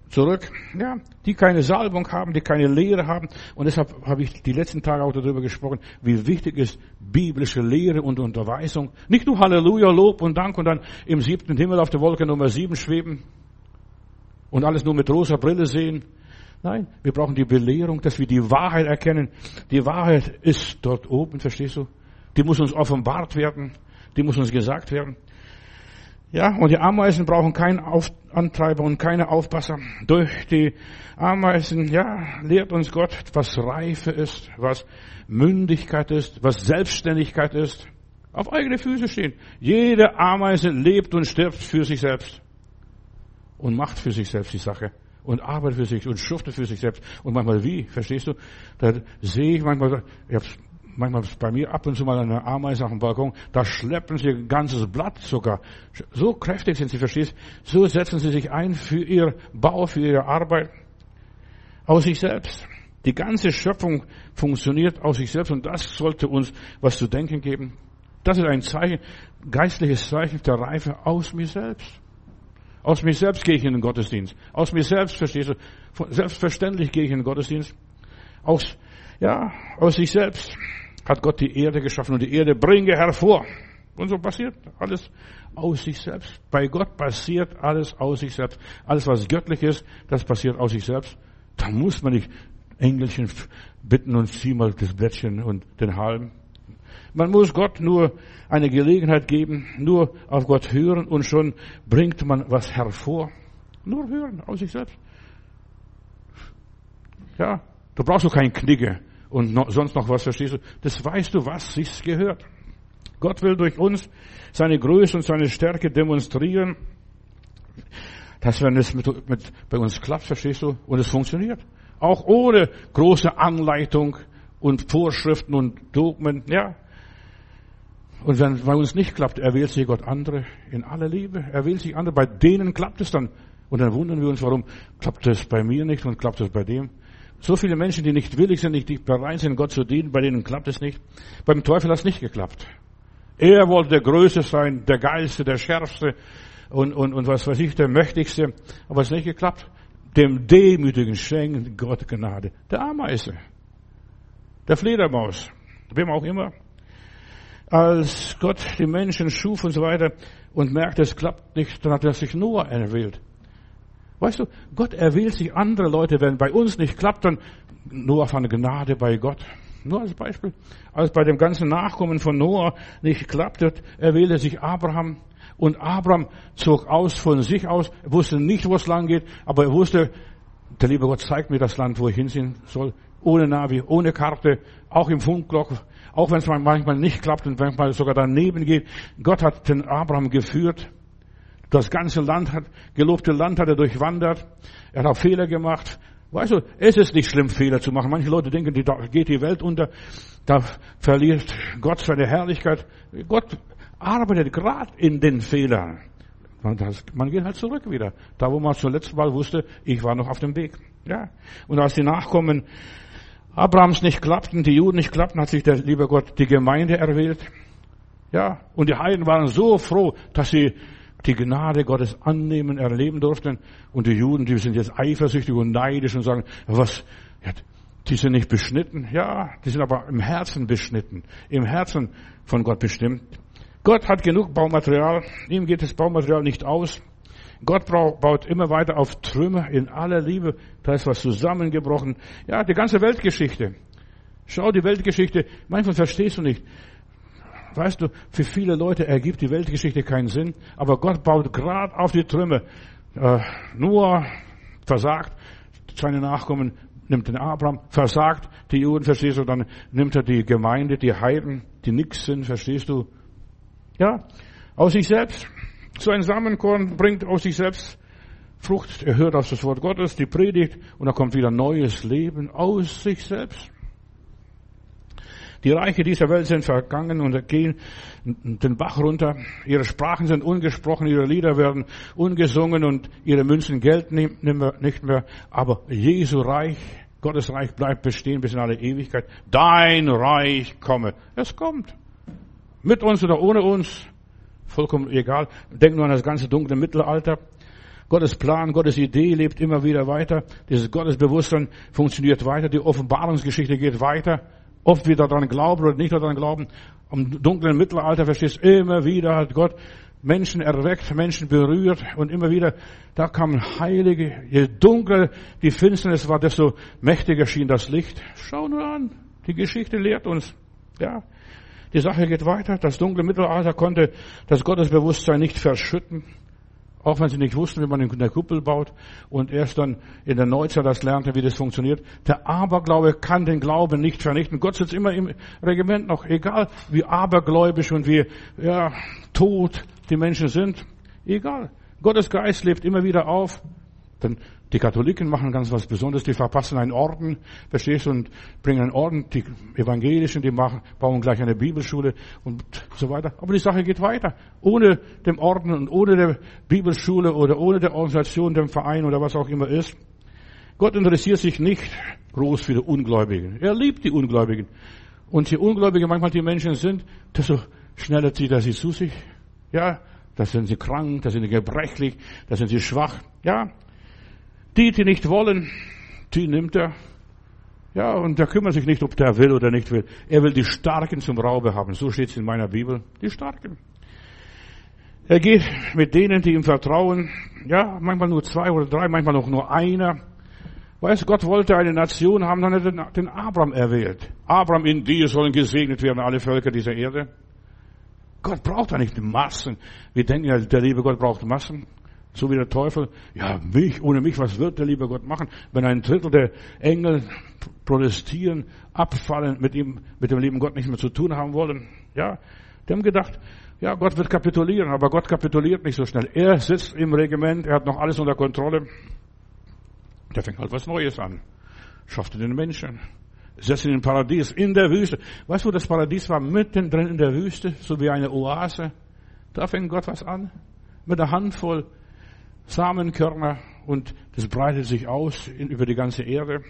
zurück, ja, die keine Salbung haben, die keine Lehre haben. Und deshalb habe ich die letzten Tage auch darüber gesprochen, wie wichtig ist biblische Lehre und Unterweisung. Nicht nur Halleluja, Lob und Dank und dann im 7. Himmel auf der Wolke Nummer 7 schweben und alles nur mit rosa Brille sehen. Nein, wir brauchen die Belehrung, dass wir die Wahrheit erkennen. Die Wahrheit ist dort oben, verstehst du? Die muss uns offenbart werden, die muss uns gesagt werden. Ja, und die Ameisen brauchen keinen Antreiber und keine Aufpasser. Durch die Ameisen, ja, lehrt uns Gott, was Reife ist, was Mündigkeit ist, was Selbstständigkeit ist. Auf eigene Füße stehen. Jede Ameise lebt und stirbt für sich selbst. Und macht für sich selbst die Sache. Und arbeitet für sich und schuftet für sich selbst. Und manchmal wie, verstehst du? Da sehe ich manchmal, manchmal bei mir ab und zu mal eine Ameise auf dem Balkon, da schleppen sie ein ganzes Blatt sogar. So kräftig sind sie, verstehst du? So setzen sie sich ein für ihr Bau, für ihre Arbeit. Aus sich selbst. Die ganze Schöpfung funktioniert aus sich selbst und das sollte uns was zu denken geben. Das ist ein Zeichen, geistliches Zeichen der Reife aus mir selbst. Aus mir selbst gehe ich in den Gottesdienst. Aus mir selbst, verstehst du? Selbstverständlich gehe ich in den Gottesdienst. Aus sich selbst hat Gott die Erde geschaffen und die Erde bringe hervor. Und so passiert alles aus sich selbst. Bei Gott passiert alles aus sich selbst. Alles, was göttlich ist, das passiert aus sich selbst. Da muss man nicht Engelchen bitten und zieh mal das Blättchen und den Halm. Man muss Gott nur eine Gelegenheit geben, nur auf Gott hören und schon bringt man was hervor. Nur hören, aus sich selbst. Ja, da brauchst du keinen Knigge und sonst noch was, verstehst du? Das weißt du, was sich gehört. Gott will durch uns seine Größe und seine Stärke demonstrieren, dass wenn es bei uns klappt, verstehst du, und es funktioniert. Auch ohne große Anleitung und Vorschriften und Dogmen, ja. Und wenn bei uns nicht klappt, erwählt sich Gott andere in aller Liebe. Er wählt sich andere, bei denen klappt es dann. Und dann wundern wir uns, warum klappt es bei mir nicht und klappt es bei dem. So viele Menschen, die nicht willig sind, nicht bereit sind, Gott zu dienen, bei denen klappt es nicht. Beim Teufel hat es nicht geklappt. Er wollte der Größte sein, der Geilste, der Schärfste und was weiß ich, der Mächtigste. Aber es hat nicht geklappt. Dem Demütigen schenkt Gott Gnade. Der Ameise, der Fledermaus, wem auch immer. Als Gott die Menschen schuf und so weiter und merkte, es klappt nicht, dann hat er sich Noah erwählt. Weißt du, Gott erwählt sich andere Leute, wenn bei uns nicht klappt, dann Noah fand Gnade bei Gott. Nur als Beispiel. Als bei dem ganzen Nachkommen von Noah nicht klappte, erwählte sich Abraham. Und Abraham zog aus von sich aus, wusste nicht, wo es lang geht, aber er wusste, der liebe Gott zeigt mir das Land, wo ich hinsehen soll. Ohne Navi, ohne Karte, auch im Funkloch, auch wenn es manchmal nicht klappt und manchmal sogar daneben geht. Gott hat den Abraham geführt. Das ganze Land gelobte Land hat er durchwandert. Er hat auch Fehler gemacht. Weißt du, es ist nicht schlimm, Fehler zu machen. Manche Leute denken, da geht die Welt unter. Da verliert Gott seine Herrlichkeit. Gott arbeitet gerade in den Fehlern. Man geht halt zurück wieder. Da, wo man zuletzt mal wusste, ich war noch auf dem Weg. Ja. Und als die Nachkommen Abrahams nicht klappten, die Juden nicht klappten, hat sich der liebe Gott die Gemeinde erwählt. Ja. Und die Heiden waren so froh, dass sie die Gnade Gottes annehmen, erleben durften. Und die Juden, die sind jetzt eifersüchtig und neidisch und sagen, was, ja, die sind nicht beschnitten. Ja, die sind aber im Herzen beschnitten. Im Herzen von Gott bestimmt. Gott hat genug Baumaterial. Ihm geht das Baumaterial nicht aus. Gott baut immer weiter auf Trümmer in aller Liebe. Da ist was zusammengebrochen. Ja, die ganze Weltgeschichte. Schau die Weltgeschichte. Manchmal verstehst du nicht. Weißt du, für viele Leute ergibt die Weltgeschichte keinen Sinn. Aber Gott baut gerade auf die Trümmer. Noah versagt. Seine Nachkommen nimmt den Abraham. Versagt die Juden, verstehst du? Dann nimmt er die Gemeinde, die Heiden, die nix sind, verstehst du? Ja, aus sich selbst. So ein Samenkorn bringt aus sich selbst Frucht. Er hört auf das Wort Gottes, die Predigt, und da kommt wieder neues Leben aus sich selbst. Die Reiche dieser Welt sind vergangen und gehen den Bach runter. Ihre Sprachen sind ungesprochen, ihre Lieder werden ungesungen und ihre Münzen gelten nicht mehr. Aber Jesu Reich, Gottes Reich bleibt bestehen bis in alle Ewigkeit. Dein Reich komme. Es kommt. Mit uns oder ohne uns. Vollkommen egal. Denk nur an das ganze dunkle Mittelalter, Gottes Plan, Gottes Idee lebt immer wieder weiter. Dieses Gottesbewusstsein funktioniert weiter. Die Offenbarungsgeschichte geht weiter. Ob wir daran glauben oder nicht daran glauben. Im dunklen Mittelalter, verstehst du, immer wieder hat Gott Menschen erweckt, Menschen berührt und immer wieder, da kamen Heilige. Je dunkler die Finsternis war, desto mächtiger schien das Licht. Schau nur an. Die Geschichte lehrt uns. Ja. Die Sache geht weiter. Das dunkle Mittelalter konnte das Gottesbewusstsein nicht verschütten. Auch wenn sie nicht wussten, wie man in der Kuppel baut. Und erst dann in der Neuzeit das lernte, wie das funktioniert. Der Aberglaube kann den Glauben nicht vernichten. Gott sitzt immer im Regiment noch. Egal wie abergläubisch und wie tot die Menschen sind. Egal. Gottes Geist lebt immer wieder auf. Denn die Katholiken machen ganz was Besonderes. Die verpassen einen Orden, verstehst du, und bringen einen Orden. Die Evangelischen, die bauen gleich eine Bibelschule und so weiter. Aber die Sache geht weiter. Ohne den Orden und ohne der Bibelschule oder ohne der Organisation, dem Verein oder was auch immer ist. Gott interessiert sich nicht groß für die Ungläubigen. Er liebt die Ungläubigen. Und je ungläubiger manchmal die Menschen sind, desto schneller zieht er sie zu sich. Ja, da sind sie krank, da sind sie gebrechlich, da sind sie schwach. Ja, die nicht wollen, die nimmt er. Ja, und der kümmert sich nicht, ob der will oder nicht will. Er will die Starken zum Raube haben. So steht es in meiner Bibel. Die Starken. Er geht mit denen, die ihm vertrauen. Ja, manchmal nur 2 oder 3, manchmal noch nur einer. Weißt du, Gott wollte eine Nation haben, dann hat er den Abraham erwählt. Abraham, in dir sollen gesegnet werden alle Völker dieser Erde. Gott braucht da nicht Massen. Wir denken ja, der liebe Gott braucht Massen. So wie der Teufel. Ja, ohne mich, was wird der liebe Gott machen? Wenn 1/3 der Engel protestieren, abfallen, mit dem lieben Gott nicht mehr zu tun haben wollen. Ja, die haben gedacht, ja, Gott wird kapitulieren, aber Gott kapituliert nicht so schnell. Er sitzt im Regiment, er hat noch alles unter Kontrolle. Der fängt halt was Neues an. Schafft den Menschen. Setzt ihn in Paradies, in der Wüste. Weißt du, das Paradies war mittendrin in der Wüste, so wie eine Oase. Da fängt Gott was an. Mit einer Handvoll Samenkörner und das breitet sich aus über die ganze Erde.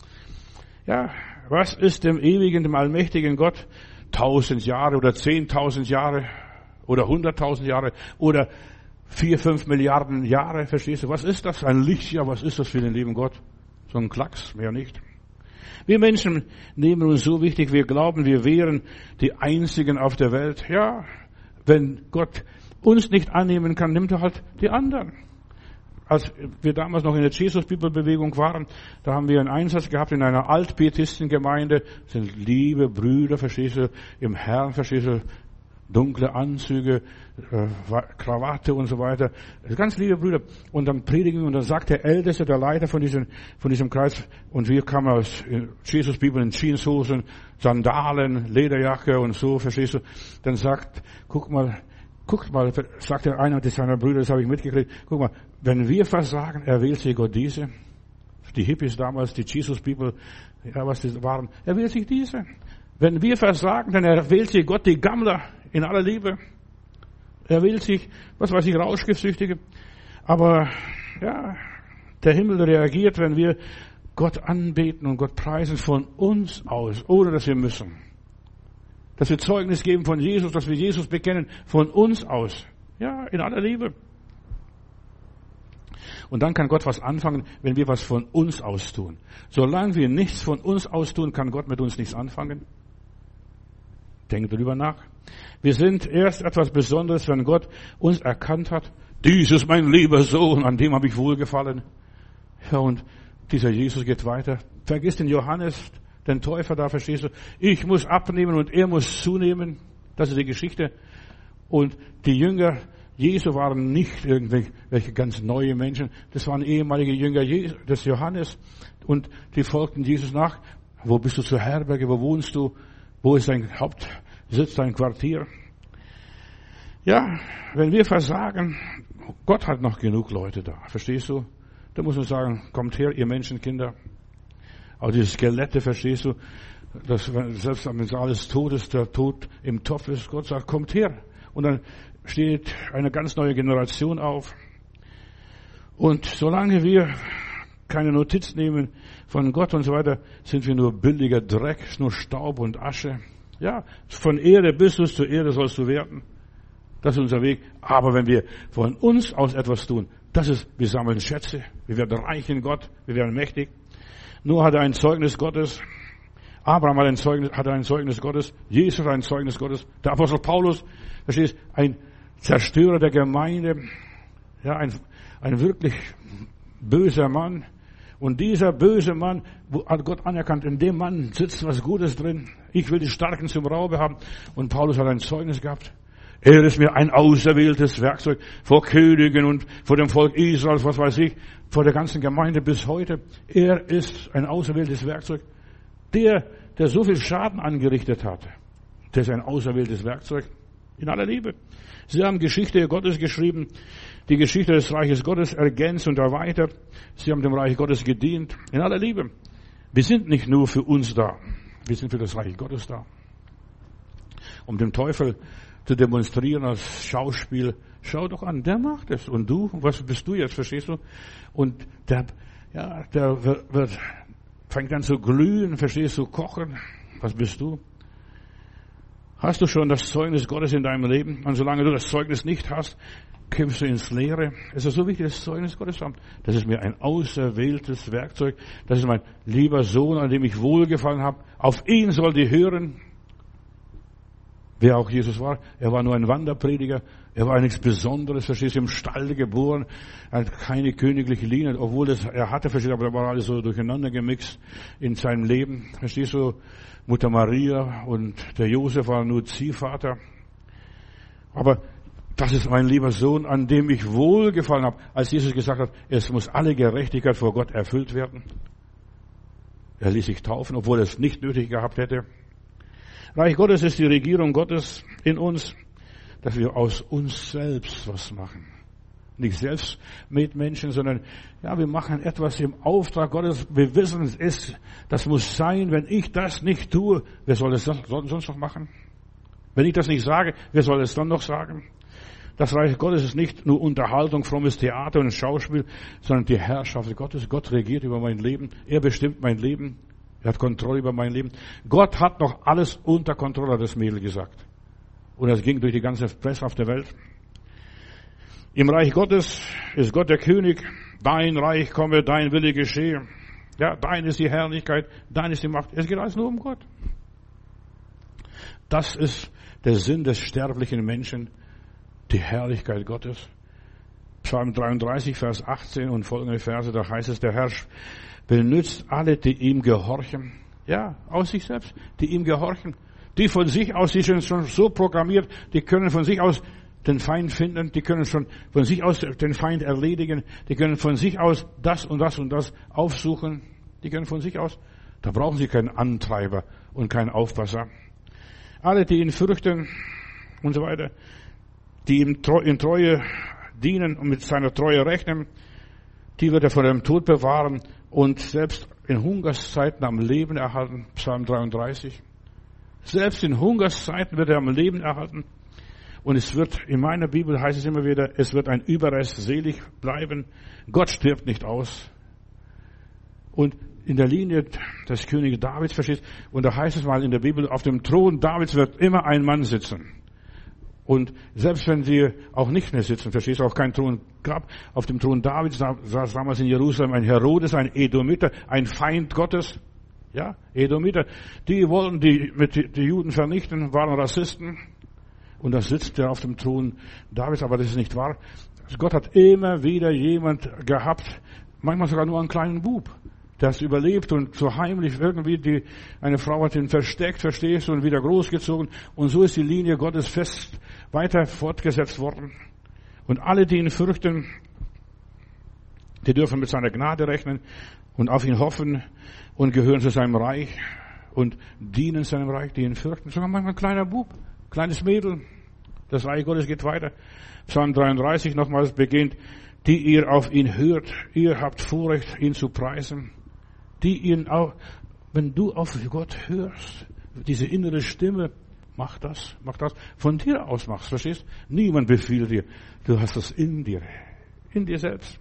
Ja, was ist dem ewigen, dem allmächtigen Gott 1000 Jahre oder 10.000 Jahre oder 100.000 Jahre oder 4-5 Milliarden Jahre, verstehst du? Was ist das? Ein Lichtjahr, was ist das für den lieben Gott? So ein Klacks, mehr nicht. Wir Menschen nehmen uns so wichtig, wir glauben, wir wären die Einzigen auf der Welt. Ja, wenn Gott uns nicht annehmen kann, nimmt er halt die anderen. Als wir damals noch in der Jesus-Bibelbewegung waren, da haben wir einen Einsatz gehabt in einer Altpietistengemeinde. Das sind liebe Brüder, verstehst du, im Herrn, verstehst du, dunkle Anzüge, Krawatte und so weiter. Ganz liebe Brüder. Und dann predigen und dann sagt der Älteste, der Leiter von diesem Kreis, und wir kamen aus Jesus-Bibel in Jeanshosen, Sandalen, Lederjacke und so, verstehst du. Dann sagt, guck mal, sagt der einer seiner Brüder, das habe ich mitgekriegt, guck mal, wenn wir versagen, erwählt sich Gott diese. Die Hippies damals, die Jesus-People, ja, was die waren, erwählt sich diese. Wenn wir versagen, dann erwählt sich Gott die Gammler in aller Liebe. Erwählt sich, was weiß ich, Rauschgiftsüchtige. Aber, ja, der Himmel reagiert, wenn wir Gott anbeten und Gott preisen von uns aus, ohne dass wir müssen. Dass wir Zeugnis geben von Jesus, dass wir Jesus bekennen von uns aus. Ja, in aller Liebe. Und dann kann Gott was anfangen, wenn wir was von uns aus tun. Solange wir nichts von uns aus tun, kann Gott mit uns nichts anfangen. Denkt darüber nach. Wir sind erst etwas Besonderes, wenn Gott uns erkannt hat. Dies ist mein lieber Sohn, an dem habe ich wohlgefallen. Ja, und dieser Jesus geht weiter. Vergiss den Johannes, den Täufer da, verstehst du? Ich muss abnehmen und er muss zunehmen. Das ist die Geschichte. Und die Jünger Jesu waren nicht irgendwelche ganz neue Menschen. Das waren ehemalige Jünger des Johannes. Und die folgten Jesus nach. Wo bist du zur Herberge? Wo wohnst du? Wo ist dein Hauptsitz, dein Quartier? Ja, wenn wir versagen, Gott hat noch genug Leute da. Verstehst du? Da muss man sagen, kommt her, ihr Menschenkinder. Aber diese Skelette, verstehst du? Selbst wenn alles tot ist, der Tod im Topf ist, Gott sagt, kommt her. Und dann steht eine ganz neue Generation auf. Und solange wir keine Notiz nehmen von Gott und so weiter, sind wir nur billiger Dreck, nur Staub und Asche. Ja, von Erde bis zur Erde sollst du werden. Das ist unser Weg. Aber wenn wir von uns aus etwas tun, wir sammeln Schätze, wir werden reich in Gott, wir werden mächtig. Noah hatte ein Zeugnis Gottes, Abraham hatte ein Zeugnis Gottes, Jesus hat ein Zeugnis Gottes, der Apostel Paulus, verstehst, ein Zerstörer der Gemeinde, ja, ein wirklich böser Mann. Und dieser böse Mann hat Gott anerkannt, in dem Mann sitzt was Gutes drin. Ich will die Starken zum Raube haben. Und Paulus hat ein Zeugnis gehabt. Er ist mir ein auserwähltes Werkzeug vor Königen und vor dem Volk Israels, was weiß ich, vor der ganzen Gemeinde bis heute. Er ist ein auserwähltes Werkzeug. Der so viel Schaden angerichtet hat, der ist ein auserwähltes Werkzeug. In aller Liebe. Sie haben Geschichte Gottes geschrieben, die Geschichte des Reiches Gottes ergänzt und erweitert. Sie haben dem Reich Gottes gedient. In aller Liebe. Wir sind nicht nur für uns da. Wir sind für das Reich Gottes da. Um dem Teufel zu demonstrieren als Schauspiel. Schau doch an, der macht es. Und du, was bist du jetzt, verstehst du? Und der fängt an zu glühen, verstehst du, kochen. Was bist du? Hast du schon das Zeugnis Gottes in deinem Leben? Und solange du das Zeugnis nicht hast, kämpfst du ins Leere. Es ist so wichtig, das Zeugnis Gottes zu haben. Das ist mir ein auserwähltes Werkzeug. Das ist mein lieber Sohn, an dem ich wohlgefallen habe. Auf ihn sollt ihr hören. Wer auch Jesus war. Er war nur ein Wanderprediger. Er war nichts Besonderes. Verstehst du, im Stall geboren. Er hat keine königliche Linie. Obwohl er hatte, verstehst du, aber er war alles so durcheinander gemixt in seinem Leben. Verstehst du, Mutter Maria und der Josef war nur Ziehvater. Aber das ist mein lieber Sohn, an dem ich wohlgefallen habe. Als Jesus gesagt hat, es muss alle Gerechtigkeit vor Gott erfüllt werden. Er ließ sich taufen, obwohl er es nicht nötig gehabt hätte. Reich Gottes ist die Regierung Gottes in uns, dass wir aus uns selbst was machen. Nicht selbst mit Menschen, sondern ja, wir machen etwas im Auftrag Gottes. Wir wissen es, das muss sein. Wenn ich das nicht tue, wer soll es sonst noch machen? Wenn ich das nicht sage, wer soll es dann noch sagen? Das Reich Gottes ist nicht nur Unterhaltung, frommes Theater und Schauspiel, sondern die Herrschaft Gottes. Gott regiert über mein Leben. Er bestimmt mein Leben. Er hat Kontrolle über mein Leben. Gott hat noch alles unter Kontrolle, hat das Mädel gesagt. Und das ging durch die ganze Presse auf der Welt. Im Reich Gottes ist Gott der König. Dein Reich komme, dein Wille geschehe. Ja, dein ist die Herrlichkeit, dein ist die Macht. Es geht alles nur um Gott. Das ist der Sinn des sterblichen Menschen, die Herrlichkeit Gottes. Psalm 33, Vers 18 und folgende Verse, da heißt es, der Herr benützt alle, die ihm gehorchen. Ja, aus sich selbst, die ihm gehorchen. Die von sich aus, die sind schon so programmiert, die können von sich aus den Feind finden, die können schon von sich aus den Feind erledigen, die können von sich aus das und das und das aufsuchen, die können von sich aus, da brauchen sie keinen Antreiber und keinen Aufpasser. Alle, die ihn fürchten und so weiter, die ihm in Treue dienen und mit seiner Treue rechnen, die wird er vor dem Tod bewahren und selbst in Hungerszeiten am Leben erhalten. Psalm 33. Selbst in Hungerszeiten wird er am Leben erhalten. Und es wird, in meiner Bibel heißt es immer wieder, es wird ein Überrest selig bleiben. Gott stirbt nicht aus. Und in der Linie des Königs Davids, verstehst, und da heißt es mal in der Bibel, auf dem Thron Davids wird immer ein Mann sitzen. Und selbst wenn sie auch nicht mehr sitzen, verstehst du, auch keinen Thron gab, auf dem Thron Davids saß damals in Jerusalem ein Herodes, ein Edomiter, ein Feind Gottes. Ja, Edomiter. Die wollten die Juden vernichten, waren Rassisten. Und da sitzt er auf dem Thron Davids, aber das ist nicht wahr. Gott hat immer wieder jemand gehabt, manchmal sogar nur einen kleinen Bub, der es überlebt und so heimlich irgendwie eine Frau hat ihn versteckt, verstehst du, und wieder großgezogen. Und so ist die Linie Gottes fest weiter fortgesetzt worden. Und alle, die ihn fürchten, die dürfen mit seiner Gnade rechnen und auf ihn hoffen und gehören zu seinem Reich und dienen seinem Reich, die ihn fürchten. Sogar manchmal ein kleiner Bub, kleines Mädel. Das Reich Gottes geht weiter. Psalm 33 nochmals beginnt, die ihr auf ihn hört, ihr habt Vorrecht, ihn zu preisen. Die ihn auch, wenn du auf Gott hörst, diese innere Stimme, mach das, von dir aus machst, verstehst? Niemand befiehlt dir. Du hast das in dir selbst.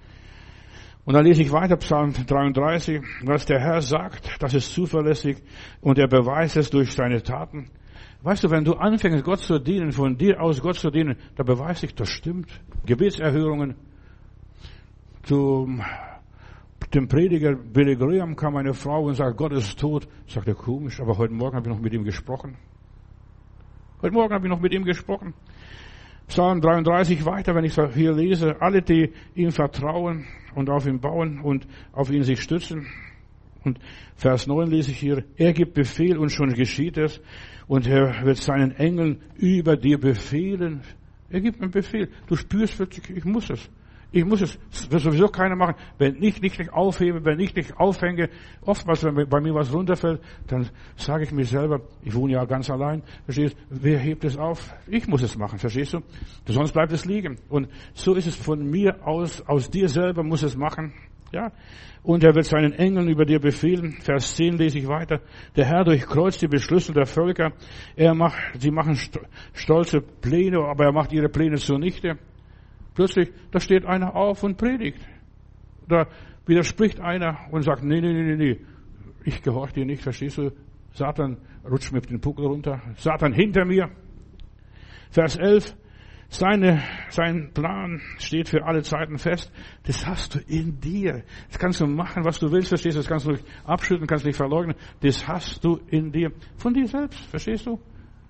Und dann lese ich weiter, Psalm 33, was der Herr sagt, das ist zuverlässig und er beweist es durch seine Taten. Weißt du, wenn du anfängst, Gott zu dienen, von dir aus Gott zu dienen, da beweist sich, das stimmt. Gebetserhörungen. Zum dem Prediger Billy Graham kam eine Frau und sagt, Gott ist tot. Sagt er, komisch, aber heute Morgen habe ich noch mit ihm gesprochen. Psalm 33 weiter, wenn ich hier lese, alle, die ihm vertrauen und auf ihn bauen und auf ihn sich stützen. Und Vers 9 lese ich hier, er gibt Befehl und schon geschieht es. Und er wird seinen Engeln über dir befehlen. Er gibt einen Befehl. Du spürst plötzlich, ich muss es. Das wird sowieso keiner machen. Wenn ich nicht aufhebe, wenn ich nicht aufhänge, oftmals, wenn bei mir was runterfällt, dann sage ich mir selber, ich wohne ja ganz allein, verstehst du, wer hebt es auf? Ich muss es machen, verstehst du? Sonst bleibt es liegen. Und so ist es von mir aus dir selber muss es machen, ja. Und er wird seinen Engeln über dir befehlen. Vers 10 lese ich weiter. Der Herr durchkreuzt die Beschlüsse der Völker. Sie machen stolze Pläne, aber er macht ihre Pläne zunichte. Plötzlich, da steht einer auf und predigt. Da widerspricht einer und sagt, nee, ich gehorche dir nicht, verstehst du? Satan rutscht mir den Puckel runter. Satan hinter mir. Vers 11, sein Plan steht für alle Zeiten fest. Das hast du in dir. Das kannst du machen, was du willst, verstehst du? Das kannst du nicht abschütteln, kannst du nicht verleugnen. Das hast du in dir. Von dir selbst, verstehst du?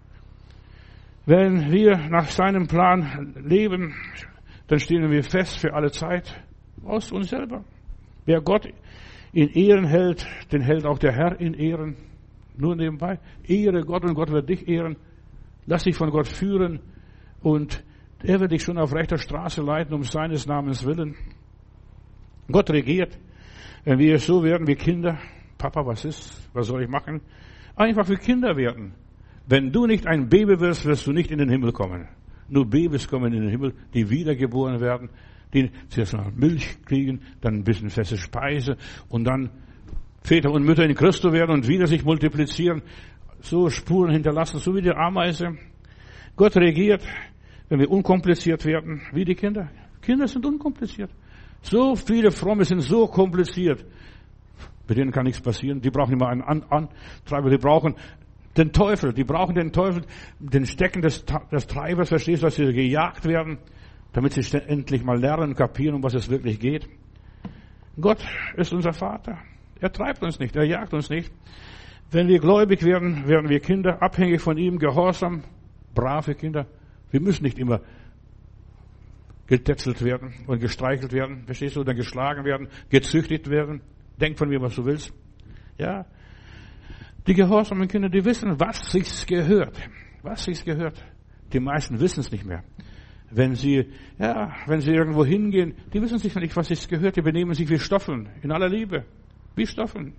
Wenn wir nach seinem Plan leben, dann stehen wir fest für alle Zeit aus uns selber. Wer Gott in Ehren hält, den hält auch der Herr in Ehren. Nur nebenbei. Ehre Gott und Gott wird dich ehren. Lass dich von Gott führen und er wird dich schon auf rechter Straße leiten, um seines Namens willen. Gott regiert. Wenn wir so werden wie Kinder, Papa, was soll ich machen? Einfach wie Kinder werden. Wenn du nicht ein Baby wirst, wirst du nicht in den Himmel kommen. Nur Babys kommen in den Himmel, die wiedergeboren werden, die zuerst mal Milch kriegen, dann ein bisschen feste Speise und dann Väter und Mütter in Christus werden und wieder sich multiplizieren, so Spuren hinterlassen, so wie die Ameise. Gott regiert, wenn wir unkompliziert werden, wie die Kinder. Kinder sind unkompliziert. So viele Fromme sind so kompliziert. Bei denen kann nichts passieren. Die brauchen immer einen Antreiber, die brauchen den Teufel, den Stecken des Treibers, verstehst du, dass sie gejagt werden, damit sie endlich mal lernen, kapieren, um was es wirklich geht. Gott ist unser Vater. Er treibt uns nicht, er jagt uns nicht. Wenn wir gläubig werden, werden wir Kinder, abhängig von ihm, gehorsam, brave Kinder. Wir müssen nicht immer getätschelt werden und gestreichelt werden, verstehst du, oder geschlagen werden, gezüchtigt werden. Denk von mir, was du willst. Ja. Die gehorsamen Kinder, die wissen, was sich gehört. Die meisten wissen es nicht mehr. Wenn sie irgendwo hingehen, die wissen sich nicht, was sich gehört. Die benehmen sich wie Stoffeln, in aller Liebe. Wie Stoffeln.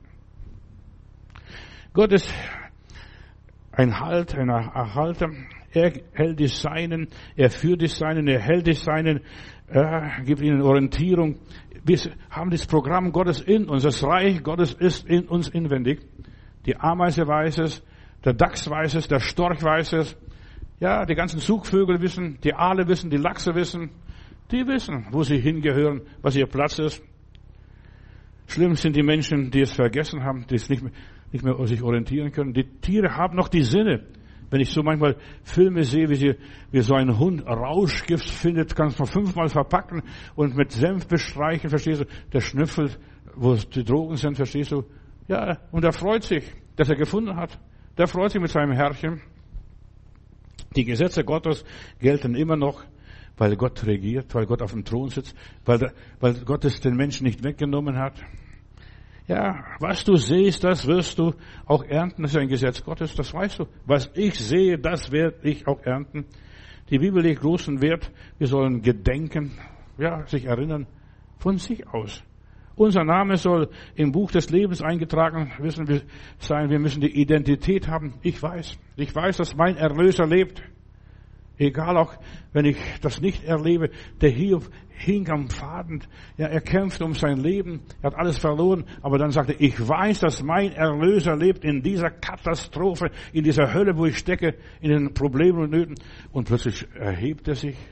Gott ist ein Erhalter. Er hält die Seinen, er führt die Seinen, er hält die Seinen, gibt ihnen Orientierung. Wir haben das Programm Gottes in uns. Das Reich Gottes ist in uns inwendig. Die Ameise weiß es, der Dachs weiß es, der Storch weiß es. Ja, die ganzen Zugvögel wissen, die Aale wissen, die Lachse wissen. Die wissen, wo sie hingehören, was ihr Platz ist. Schlimm sind die Menschen, die es vergessen haben, die es nicht mehr sich orientieren können. Die Tiere haben noch die Sinne. Wenn ich so manchmal Filme sehe, wie so ein Hund Rauschgift findet, kannst du 5-mal verpacken und mit Senf bestreichen, verstehst du? Der schnüffelt, wo die Drogen sind, verstehst du? Ja, und er freut sich, dass er gefunden hat. Der freut sich mit seinem Herrchen. Die Gesetze Gottes gelten immer noch, weil Gott regiert, weil Gott auf dem Thron sitzt, weil Gott es den Menschen nicht weggenommen hat. Ja, was du siehst, das wirst du auch ernten. Das ist ein Gesetz Gottes, das weißt du. Was ich sehe, das werde ich auch ernten. Die Bibel legt großen Wert. Wir sollen gedenken, ja, sich erinnern von sich aus. Unser Name soll im Buch des Lebens eingetragen sein. Wir müssen die Identität haben. Ich weiß, dass mein Erlöser lebt. Egal auch, wenn ich das nicht erlebe. Der Hiob hing am Faden. Ja, er kämpfte um sein Leben. Er hat alles verloren. Aber dann sagte er, ich weiß, dass mein Erlöser lebt in dieser Katastrophe, in dieser Hölle, wo ich stecke, in den Problemen und Nöten. Und plötzlich erhebt er sich,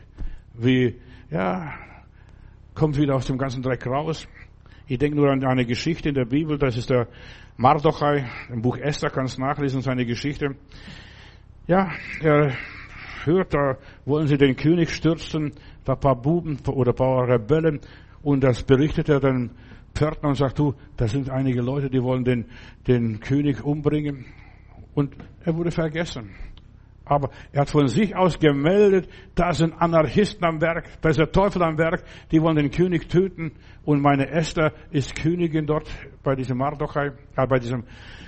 kommt wieder aus dem ganzen Dreck raus. Ich denke nur an eine Geschichte in der Bibel, das ist der Mardochai, im Buch Esther kannst du nachlesen, seine Geschichte. Ja, er hört, da wollen sie den König stürzen, da ein paar Buben oder ein paar Rebellen. Und das berichtet er dann Pförtner und sagt, du, da sind einige Leute, die wollen den König umbringen. Und er wurde vergessen. Aber er hat von sich aus gemeldet, da sind Anarchisten am Werk, da ist der Teufel am Werk, die wollen den König töten. Und meine Esther ist Königin dort bei diesem Mardochai, bei diesem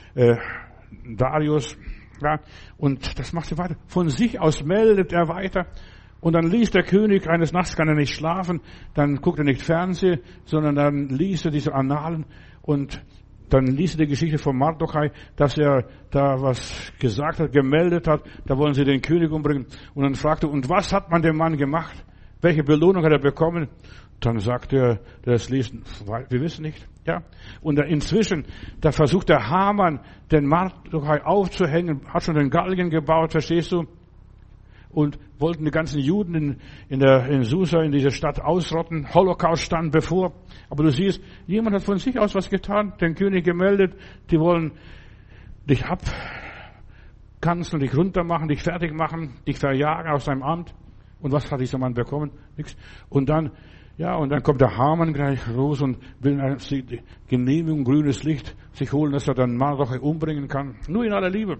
Darius. Ja, und das macht sie weiter. Von sich aus meldet er weiter. Und dann liest der König, eines Nachts kann er nicht schlafen, dann guckt er nicht Fernsehen, sondern dann liest er diese Annalen und dann liest er die Geschichte von Mardochai, dass er da was gesagt hat, gemeldet hat, da wollen sie den König umbringen. Und dann fragt er, und was hat man dem Mann gemacht? Welche Belohnung hat er bekommen? Dann sagt er, das liest, wir wissen nicht. Ja. Und inzwischen, da versucht der Haman, den Mardochai aufzuhängen, hat schon den Galgen gebaut, verstehst du? Und wollten die ganzen Juden in Susa, in dieser Stadt ausrotten. Holocaust stand bevor. Aber du siehst, jemand hat von sich aus was getan, den König gemeldet, die wollen dich abkanzeln, dich runtermachen, dich fertig machen, dich verjagen aus deinem Amt. Und was hat dieser Mann bekommen? Nichts. Und dann kommt der Haman gleich los und will die Genehmigung, grünes Licht sich holen, dass er dann Mardochai umbringen kann. Nur in aller Liebe.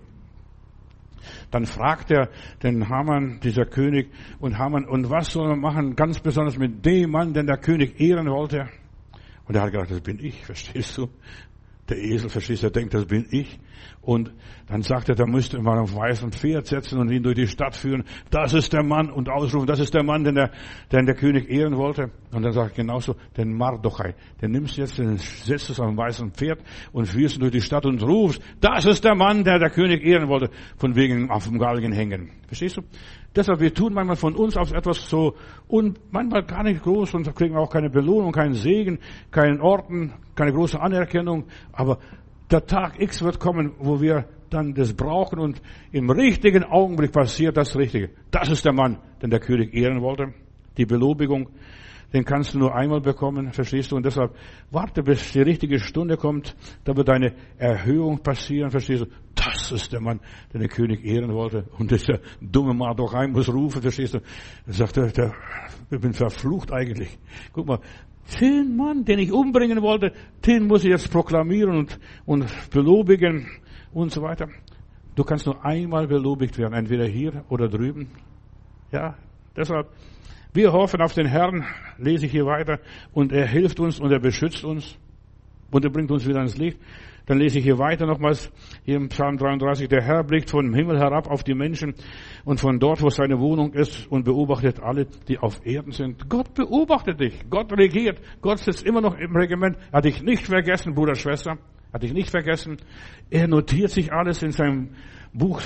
Dann fragt er den Haman, dieser König, und Haman, und was soll man machen, ganz besonders mit dem Mann, den der König ehren wollte? Und er hat gedacht, das bin ich, verstehst du? Der Esel, verstehst du, der denkt, das bin ich. Und dann sagt er, da müsste man auf weißem Pferd setzen und ihn durch die Stadt führen. Das ist der Mann, und ausrufen, das ist der Mann, den der König ehren wollte. Und dann sagt er genauso, den Mardochai, den nimmst du jetzt, den setzt du auf ein weißes Pferd und führst ihn durch die Stadt und rufst, das ist der Mann, der König ehren wollte, von wegen auf dem Galgen hängen. Verstehst du? Deshalb, wir tun manchmal von uns aus etwas so, und manchmal gar nicht groß, und kriegen auch keine Belohnung, keinen Segen, keinen Orden, keine große Anerkennung, aber der Tag X wird kommen, wo wir dann das brauchen, und im richtigen Augenblick passiert das Richtige. Das ist der Mann, den der König ehren wollte. Die Belobigung, den kannst du nur einmal bekommen, verstehst du? Und deshalb warte, bis die richtige Stunde kommt, da wird deine Erhöhung passieren, verstehst du? Das ist der Mann, den der König ehren wollte. Und dieser dumme Mardochai muss rufen, verstehst du? Da sagt er, ich bin verflucht eigentlich. Guck mal, den Mann, den ich umbringen wollte, den muss ich jetzt proklamieren und belobigen und so weiter. Du kannst nur einmal belobigt werden, entweder hier oder drüben. Ja, deshalb, wir hoffen auf den Herrn, lese ich hier weiter, und er hilft uns und er beschützt uns und er bringt uns wieder ins Licht. Dann lese ich hier weiter nochmals, hier im Psalm 33, der Herr blickt vom Himmel herab auf die Menschen und von dort, wo seine Wohnung ist, und beobachtet alle, die auf Erden sind. Gott beobachtet dich, Gott regiert, Gott sitzt immer noch im Regiment, hat dich nicht vergessen, Bruder, Schwester, hat dich nicht vergessen. Er notiert sich alles in seinem Buch,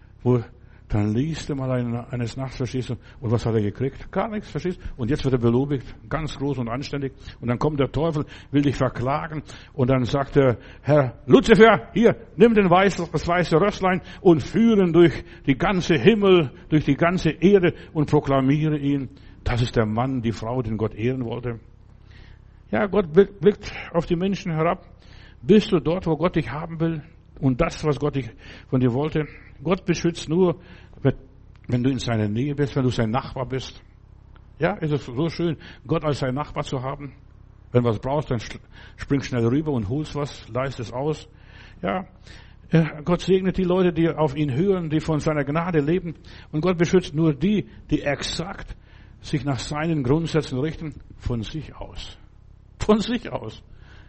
dann liest er mal eines Nachts, verstehst du, und was hat er gekriegt? Gar nichts, verstehst du? Und jetzt wird er belobigt, ganz groß und anständig. Und dann kommt der Teufel, will dich verklagen, und dann sagt der Herr, Luzifer, hier, nimm das weiße Rösslein und führe ihn durch die ganze Himmel, durch die ganze Erde und proklamiere ihn. Das ist der Mann, die Frau, den Gott ehren wollte. Ja, Gott blickt auf die Menschen herab. Bist du dort, wo Gott dich haben will? Und das, was Gott von dir wollte? Gott beschützt nur, wenn du in seiner Nähe bist, wenn du sein Nachbar bist. Ja, ist es so schön, Gott als sein Nachbar zu haben. Wenn du was brauchst, dann spring schnell rüber und holst was, leist es aus. Ja, Gott segnet die Leute, die auf ihn hören, die von seiner Gnade leben. Und Gott beschützt nur die exakt sich nach seinen Grundsätzen richten, von sich aus. Von sich aus.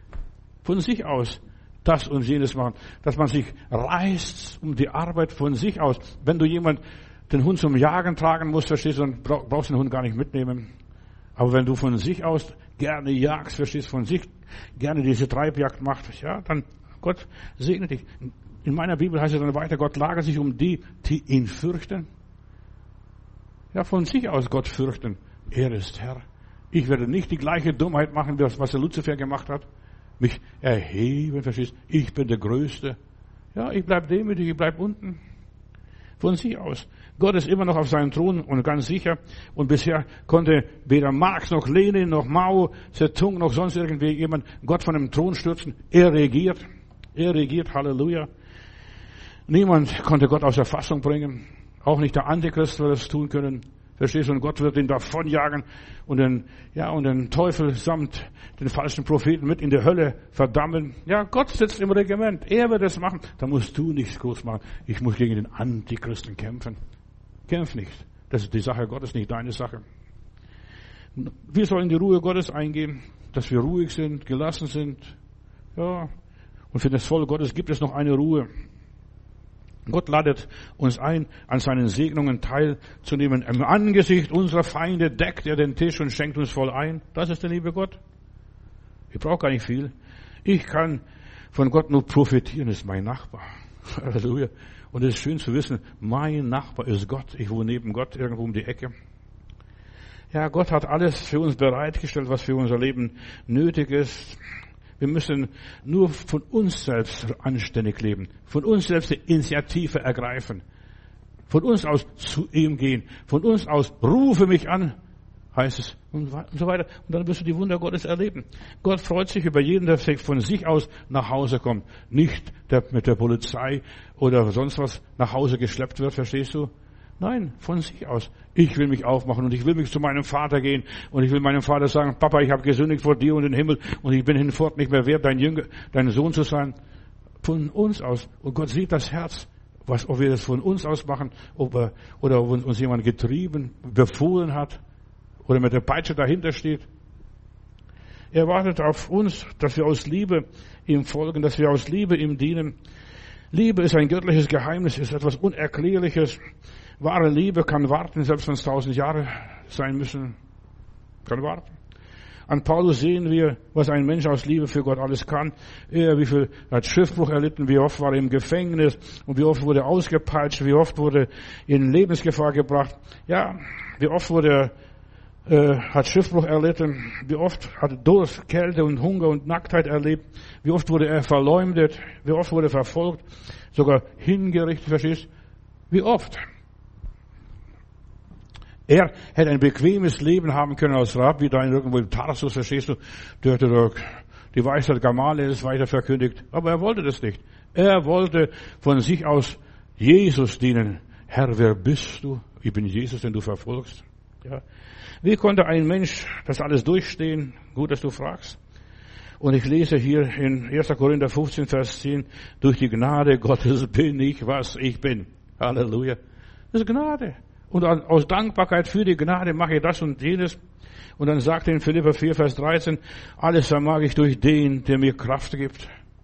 Von sich aus. Das und jenes machen, dass man sich reißt um die Arbeit von sich aus. Wenn du den Hund zum Jagen tragen musst, verstehst du, dann brauchst du den Hund gar nicht mitnehmen. Aber wenn du von sich aus gerne jagst, verstehst du, von sich gerne diese Treibjagd machst, ja, dann Gott segne dich. In meiner Bibel heißt es dann weiter, Gott lagert sich um die ihn fürchten. Ja, von sich aus Gott fürchten. Er ist Herr. Ich werde nicht die gleiche Dummheit machen, was der Luzifer gemacht hat. Mich erheben, verstehst du? Ich bin der Größte. Ja, ich bleib demütig, ich bleib unten. Von sich aus. Gott ist immer noch auf seinem Thron und ganz sicher. Und bisher konnte weder Marx noch Lenin noch Mao Zedong noch sonst irgendwie jemand Gott von dem Thron stürzen. Er regiert. Er regiert. Halleluja. Niemand konnte Gott aus der Fassung bringen. Auch nicht der Antichrist wird es tun können. Verstehst du? Und Gott wird ihn davonjagen und den Teufel samt den falschen Propheten mit in die Hölle verdammen. Ja, Gott sitzt im Regiment. Er wird es machen. Da musst du nichts groß machen. Ich muss gegen den Antichristen kämpfen. Kämpf nicht. Das ist die Sache Gottes, nicht deine Sache. Wir sollen in die Ruhe Gottes eingehen, dass wir ruhig sind, gelassen sind. Ja. Und für das Volk Gottes gibt es noch eine Ruhe. Gott ladet uns ein, an seinen Segnungen teilzunehmen. Im Angesicht unserer Feinde deckt er den Tisch und schenkt uns voll ein. Das ist der liebe Gott. Ich brauche gar nicht viel. Ich kann von Gott nur profitieren, ist mein Nachbar. Halleluja. Und es ist schön zu wissen, mein Nachbar ist Gott. Ich wohne neben Gott irgendwo um die Ecke. Ja, Gott hat alles für uns bereitgestellt, was für unser Leben nötig ist. Wir müssen nur von uns selbst anständig leben, von uns selbst die Initiative ergreifen, von uns aus zu ihm gehen, von uns aus rufe mich an, heißt es, und so weiter. Und dann wirst du die Wunder Gottes erleben. Gott freut sich über jeden, der von sich aus nach Hause kommt. Nicht der mit der Polizei oder sonst was nach Hause geschleppt wird, verstehst du? Nein, von sich aus. Ich will mich aufmachen und ich will mich zu meinem Vater gehen und ich will meinem Vater sagen, Papa, ich habe gesündigt vor dir und dem Himmel und ich bin hinfort nicht mehr wert, dein Sohn zu sein. Von uns aus. Und Gott sieht das Herz, ob wir das von uns aus machen, oder ob uns jemand getrieben, befohlen hat oder mit der Peitsche dahinter steht. Er wartet auf uns, dass wir aus Liebe ihm folgen, dass wir aus Liebe ihm dienen. Liebe ist ein göttliches Geheimnis, ist etwas Unerklärliches. Wahre Liebe kann warten, selbst wenn es 1000 Jahre sein müssen. Kann warten. An Paulus sehen wir, was ein Mensch aus Liebe für Gott alles kann. Wie viel hat Schiffbruch erlitten, wie oft war er im Gefängnis und wie oft wurde er ausgepeitscht, wie oft wurde er in Lebensgefahr gebracht. Ja, wie oft hat Schiffbruch erlitten, wie oft hat Durst, Kälte und Hunger und Nacktheit erlebt, wie oft wurde er verleumdet, wie oft wurde er verfolgt, sogar hingerichtet, verstehst? Wie oft? Er hätte ein bequemes Leben haben können als Rabbi, da irgendwo im Tarsus, verstehst du, der hätte die Weisheit Gamaliels weiter verkündigt, aber er wollte das nicht. Er wollte von sich aus Jesus dienen. Herr, wer bist du? Ich bin Jesus, den du verfolgst. Ja. Wie konnte ein Mensch das alles durchstehen? Gut, dass du fragst. Und ich lese hier in 1. Korinther 15, Vers 10, durch die Gnade Gottes bin ich, was ich bin. Halleluja. Das ist Gnade. Und aus Dankbarkeit für die Gnade mache ich das und jenes. Und dann sagt er in Philipper 4, Vers 13, alles vermag ich durch den, der mir Kraft gibt.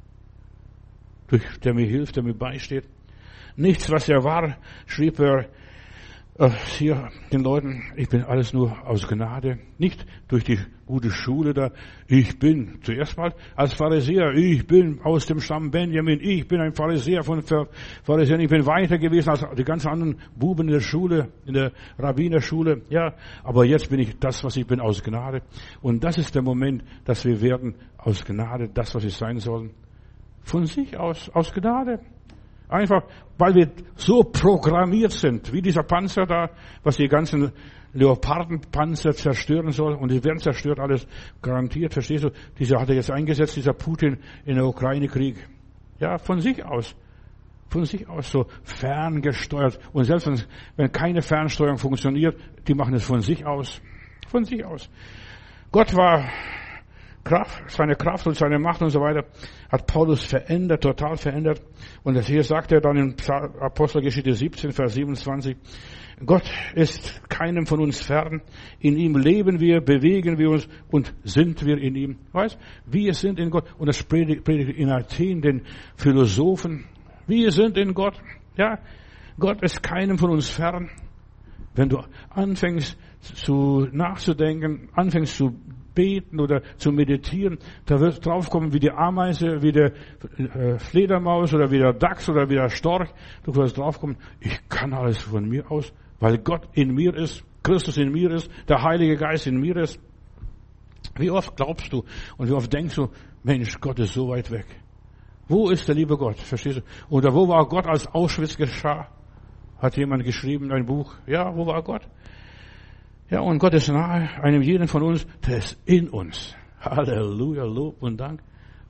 Der mir hilft, der mir beisteht. Nichts, was er war, schrieb er hier den Leuten, ich bin alles nur aus Gnade, nicht durch die gute Schule da. Ich bin zuerst mal als Pharisäer, ich bin aus dem Stamm Benjamin, ich bin ein Pharisäer von Pharisäern, ich bin weiter gewesen als die ganzen anderen Buben in der Schule, in der Rabbinerschule, ja, aber jetzt bin ich das, was ich bin, aus Gnade. Und das ist der Moment, dass wir werden aus Gnade, das, was wir sein sollen, von sich aus Gnade. Einfach, weil wir so programmiert sind, wie dieser Panzer da, was die ganzen Leopardenpanzer zerstören soll. Und die werden zerstört, alles garantiert, verstehst du? Dieser hat er jetzt eingesetzt, dieser Putin in der Ukraine-Krieg. Ja, von sich aus so ferngesteuert. Und selbst wenn keine Fernsteuerung funktioniert, die machen es von sich aus. Von sich aus. Gott war seine Kraft und seine Macht und so weiter hat Paulus verändert, total verändert. Und das hier sagt er dann in Apostelgeschichte 17, Vers 27, Gott ist keinem von uns fern. In ihm leben wir, bewegen wir uns und sind wir in ihm. Weißt? Wir sind in Gott. Und das predigt in Athen den Philosophen. Wir sind in Gott. Ja, Gott ist keinem von uns fern. Wenn du anfängst nachzudenken, anfängst zu beten oder zu meditieren, da wirst du draufkommen wie die Ameise, wie der Fledermaus oder wie der Dachs oder wie der Storch. Du wirst draufkommen, ich kann alles von mir aus, weil Gott in mir ist, Christus in mir ist, der Heilige Geist in mir ist. Wie oft glaubst du und wie oft denkst du, Mensch, Gott ist so weit weg. Wo ist der liebe Gott? Verstehst du? Oder wo war Gott, als Auschwitz geschah? Hat jemand geschrieben, ein Buch. Ja, wo war Gott? Ja, und Gott ist nahe, einem jeden von uns, der ist in uns. Halleluja, Lob und Dank.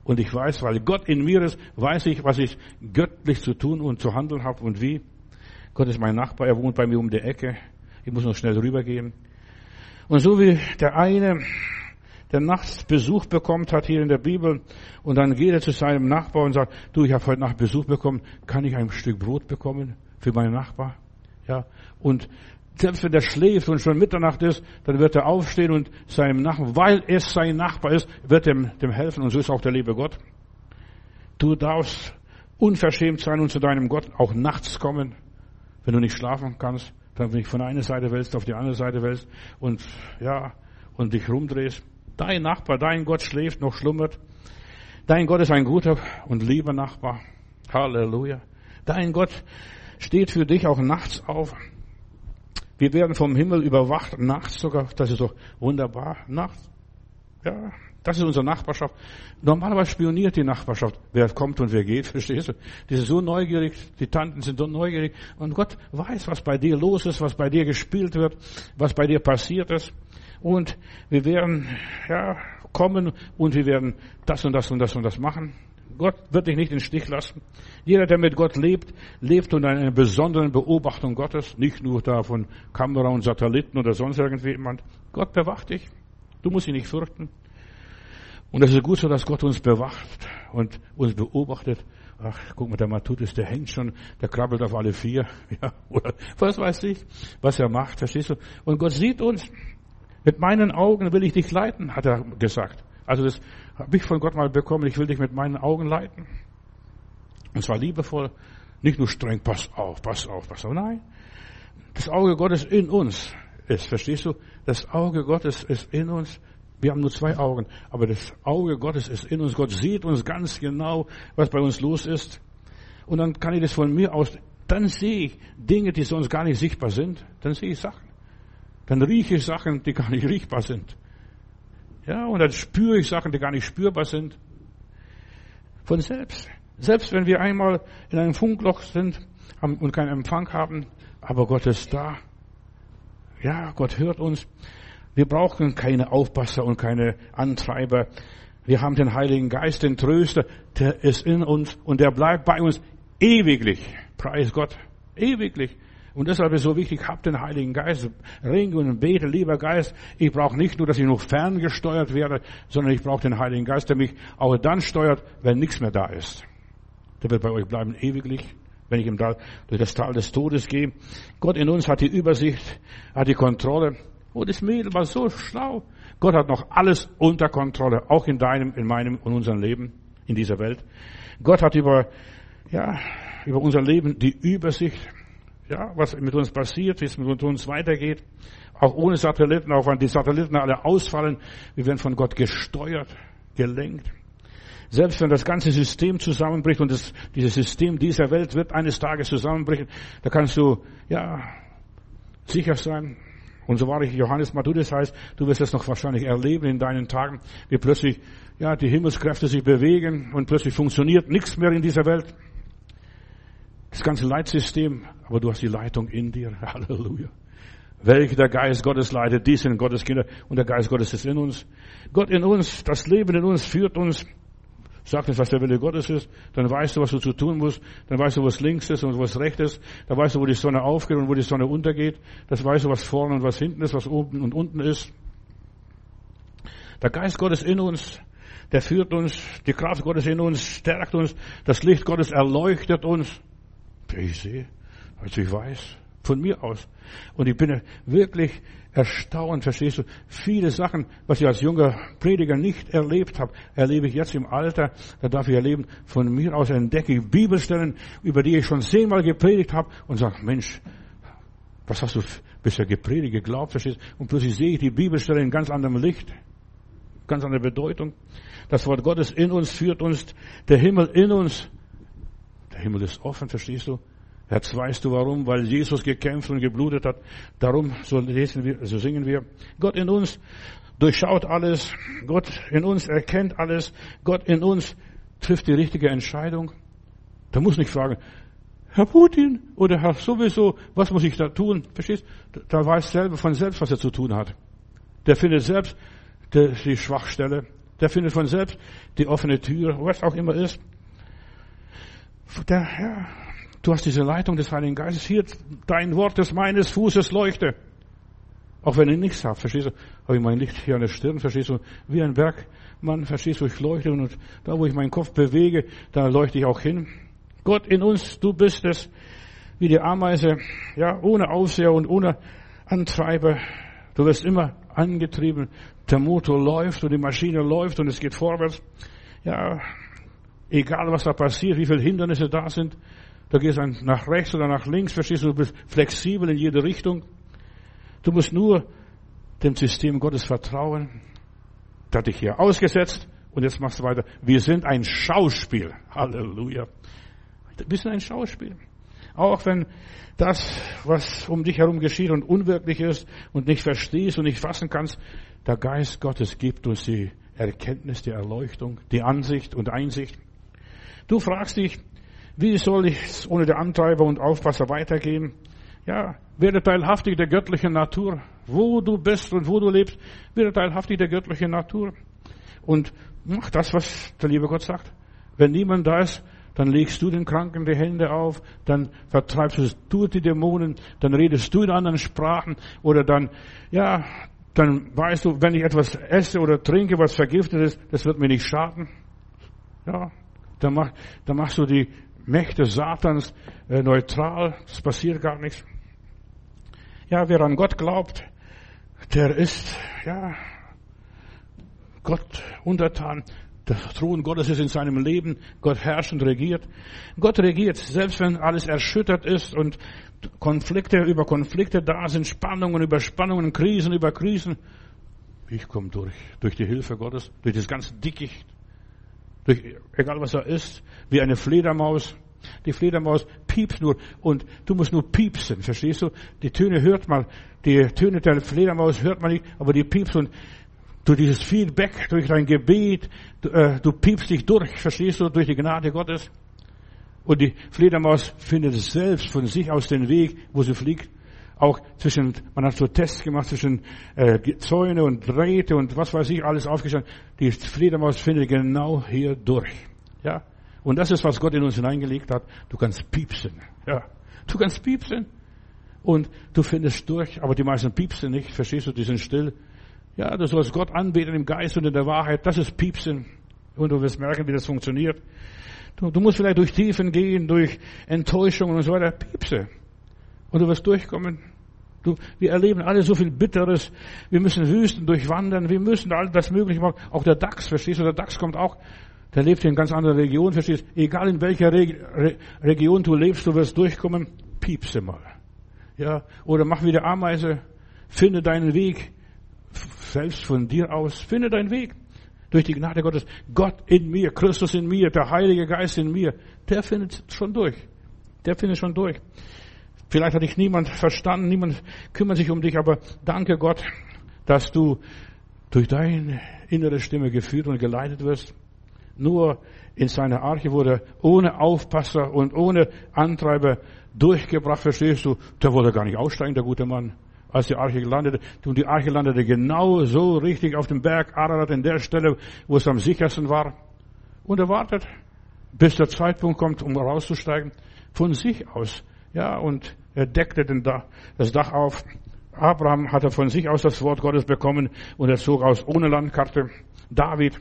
Und ich weiß, weil Gott in mir ist, weiß ich, was ich göttlich zu tun und zu handeln habe und wie. Gott ist mein Nachbar, er wohnt bei mir um die Ecke. Ich muss noch schnell rübergehen. Und so wie der eine, der nachts Besuch bekommt hat hier in der Bibel, und dann geht er zu seinem Nachbar und sagt, du, ich habe heute Nacht Besuch bekommen, kann ich ein Stück Brot bekommen für meinen Nachbar? Ja. Und selbst wenn der schläft und schon Mitternacht ist, dann wird er aufstehen und seinem Nachbarn, weil es sein Nachbar ist, wird dem helfen. Und so ist auch der liebe Gott. Du darfst unverschämt sein und zu deinem Gott auch nachts kommen, wenn du nicht schlafen kannst, dann wenn ich von einer Seite wälzt auf die andere Seite wälzt und dich rumdrehst. Dein Nachbar, dein Gott schläft, noch schlummert. Dein Gott ist ein guter und lieber Nachbar. Halleluja. Dein Gott steht für dich auch nachts auf. Wir werden vom Himmel überwacht, nachts sogar. Das ist doch wunderbar. Nachts. Ja, das ist unsere Nachbarschaft. Normalerweise spioniert die Nachbarschaft, wer kommt und wer geht, verstehst du? Die sind so neugierig, die Tanten sind so neugierig. Und Gott weiß, was bei dir los ist, was bei dir gespielt wird, was bei dir passiert ist. Und wir werden, kommen und wir werden das und das und das und das machen. Gott wird dich nicht in den Stich lassen. Jeder, der mit Gott lebt, lebt unter einer besonderen Beobachtung Gottes. Nicht nur da von Kamera und Satelliten oder sonst irgendwie jemand. Gott bewacht dich. Du musst ihn nicht fürchten. Und es ist gut so, dass Gott uns bewacht und uns beobachtet. Ach, guck mal, der Matthäus, der hängt schon, der krabbelt auf alle vier. Ja, oder was weiß ich, was er macht, verstehst du? Und Gott sieht uns. Mit meinen Augen will ich dich leiten, hat er gesagt. Also das habe ich von Gott mal bekommen, ich will dich mit meinen Augen leiten. Und zwar liebevoll, nicht nur streng, pass auf. Nein, das Auge Gottes in uns ist, verstehst du? Das Auge Gottes ist in uns. Wir haben nur zwei Augen, aber das Auge Gottes ist in uns. Gott sieht uns ganz genau, was bei uns los ist. Und dann kann ich das von mir aus, dann sehe ich Dinge, die sonst gar nicht sichtbar sind. Dann sehe ich Sachen. Dann rieche ich Sachen, die gar nicht riechbar sind. Ja, und dann spüre ich Sachen, die gar nicht spürbar sind. Von selbst. Selbst wenn wir einmal in einem Funkloch sind und keinen Empfang haben, aber Gott ist da. Ja, Gott hört uns. Wir brauchen keine Aufpasser und keine Antreiber. Wir haben den Heiligen Geist, den Tröster, der ist in uns und der bleibt bei uns ewiglich. Preis Gott. Ewiglich. Und deshalb ist es so wichtig, habt den Heiligen Geist, ringe und bete, lieber Geist. Ich brauche nicht nur, dass ich noch ferngesteuert werde, sondern ich brauche den Heiligen Geist, der mich auch dann steuert, wenn nichts mehr da ist. Der wird bei euch bleiben ewiglich, wenn ich durch das Tal des Todes gehe. Gott in uns hat die Übersicht, hat die Kontrolle. Oh, das Mädel war so schlau. Gott hat noch alles unter Kontrolle, auch in deinem, in meinem und unserem Leben, in dieser Welt. Gott hat über unser Leben die Übersicht. Ja, was mit uns passiert, wie es mit uns weitergeht. Auch ohne Satelliten, auch wenn die Satelliten alle ausfallen, wir werden von Gott gesteuert, gelenkt. Selbst wenn das ganze System zusammenbricht und dieses System dieser Welt wird eines Tages zusammenbrechen, da kannst du, sicher sein. Und so wahrlich Johannes Matthäus heißt, du wirst es noch wahrscheinlich erleben in deinen Tagen, wie plötzlich, die Himmelskräfte sich bewegen und plötzlich funktioniert nichts mehr in dieser Welt. Das ganze Leitsystem, aber du hast die Leitung in dir. Halleluja. Welche der Geist Gottes leitet, die sind Gottes Kinder und der Geist Gottes ist in uns. Gott in uns, das Leben in uns führt uns. Sag uns, was der Wille Gottes ist, dann weißt du, was du zu tun musst, dann weißt du, was links ist und was rechts ist, dann weißt du, wo die Sonne aufgeht und wo die Sonne untergeht, das weißt du, was vorne und was hinten ist, was oben und unten ist. Der Geist Gottes in uns, der führt uns, die Kraft Gottes in uns stärkt uns, das Licht Gottes erleuchtet uns. Ich sehe, also ich weiß, von mir aus. Und ich bin wirklich erstaunt, verstehst du? Viele Sachen, was ich als junger Prediger nicht erlebt habe, erlebe ich jetzt im Alter. Da darf ich erleben, von mir aus entdecke ich Bibelstellen, über die ich schon 10-mal gepredigt habe und sage, Mensch, was hast du bisher gepredigt, geglaubt, verstehst du? Und plötzlich sehe ich die Bibelstelle in ganz anderem Licht, ganz andere Bedeutung. Das Wort Gottes in uns führt uns, der Himmel in uns. Der Himmel ist offen, verstehst du? Jetzt weißt du warum, weil Jesus gekämpft und geblutet hat. Darum, so singen wir. Gott in uns durchschaut alles. Gott in uns erkennt alles. Gott in uns trifft die richtige Entscheidung. Da muss nicht fragen, Herr Putin oder Herr sowieso, was muss ich da tun? Verstehst du? Da weiß selber von selbst, was er zu tun hat. Der findet selbst die Schwachstelle. Der findet von selbst die offene Tür, was auch immer ist. Du hast diese Leitung des Heiligen Geistes. Hier, dein Wort ist meines Fußes Leuchte. Auch wenn ich nichts habe, verstehst du, habe ich mein Licht hier an der Stirn, verstehst du, wie ein Bergmann, verstehst du, ich leuchte und da, wo ich meinen Kopf bewege, da leuchte ich auch hin. Gott in uns, du bist es, wie die Ameise, ja, ohne Aufseher und ohne Antreiber. Du wirst immer angetrieben. Der Motor läuft und die Maschine läuft und es geht vorwärts. Ja, egal was da passiert, wie viele Hindernisse da sind, da gehst du nach rechts oder nach links, verstehst du, du bist flexibel in jede Richtung. Du musst nur dem System Gottes vertrauen. Der hat dich hier ausgesetzt und jetzt machst du weiter. Wir sind ein Schauspiel. Halleluja. Wir sind ein Schauspiel. Auch wenn das, was um dich herum geschieht und unwirklich ist und nicht verstehst und nicht fassen kannst, der Geist Gottes gibt uns die Erkenntnis, die Erleuchtung, die Ansicht und Einsicht. Du fragst dich, wie soll ich ohne den Antreiber und Aufpasser weitergehen? Ja, werde teilhaftig der göttlichen Natur. Wo du bist und wo du lebst, werde teilhaftig der göttlichen Natur. Und mach das, was der liebe Gott sagt. Wenn niemand da ist, dann legst du den Kranken die Hände auf, dann vertreibst du die Dämonen, dann redest du in anderen Sprachen oder dann weißt du, wenn ich etwas esse oder trinke, was vergiftet ist, das wird mir nicht schaden. Ja, dann machst du die Mächte Satans neutral, es passiert gar nichts. Ja, wer an Gott glaubt, der ist, Gott untertan. Der Thron Gottes ist in seinem Leben. Gott herrscht und regiert. Gott regiert, selbst wenn alles erschüttert ist und Konflikte über Konflikte da sind, Spannungen über Spannungen, Krisen über Krisen. Ich komme durch die Hilfe Gottes, durch das ganze Dickicht, egal was da ist, wie eine Fledermaus. Die Fledermaus piepst nur und du musst nur piepsen, verstehst du? Die Töne hört man, die Töne der Fledermaus hört man nicht, aber die piepst und durch dieses Feedback, durch dein Gebet, du piepst dich durch, verstehst du, durch die Gnade Gottes. Und die Fledermaus findet selbst von sich aus den Weg, wo sie fliegt. Auch man hat so Tests gemacht zwischen Zäune und Drähte und was weiß ich, alles aufgestellt. Die Fledermaus findet genau hier durch. Ja. Und das ist, was Gott in uns hineingelegt hat. Du kannst piepsen. Ja. Du kannst piepsen. Und du findest durch, aber die meisten piepsen nicht, verstehst du, die sind still. Ja, du sollst Gott anbeten im Geist und in der Wahrheit. Das ist Piepsen. Und du wirst merken, wie das funktioniert. Du musst vielleicht durch Tiefen gehen, durch Enttäuschungen und so weiter. Piepse. Und du wirst durchkommen. Wir erleben alle so viel Bitteres. Wir müssen Wüsten durchwandern. Wir müssen all das Mögliche machen. Auch der Dachs, verstehst du? Der Dachs kommt auch. Der lebt in ganz anderer Region, verstehst du? Egal in welcher Region du lebst, du wirst durchkommen. Piepse mal. Ja. Oder mach wie der Ameise. Finde deinen Weg. Selbst von dir aus, finde deinen Weg. Durch die Gnade Gottes. Gott in mir, Christus in mir, der Heilige Geist in mir. Der findet schon durch. Der findet schon durch. Vielleicht hat dich niemand verstanden, niemand kümmert sich um dich, aber danke Gott, dass du durch deine innere Stimme geführt und geleitet wirst. Nur in seiner Arche wurde ohne Aufpasser und ohne Antreiber durchgebracht, verstehst du? Der wollte gar nicht aussteigen, der gute Mann. Als die Arche landete, und die Arche landete genau so richtig auf dem Berg Ararat, in der Stelle, wo es am sichersten war. Und er wartet, bis der Zeitpunkt kommt, um rauszusteigen. Von sich aus. Ja, und er deckte das Dach auf. Abraham hatte von sich aus das Wort Gottes bekommen und er zog aus ohne Landkarte. David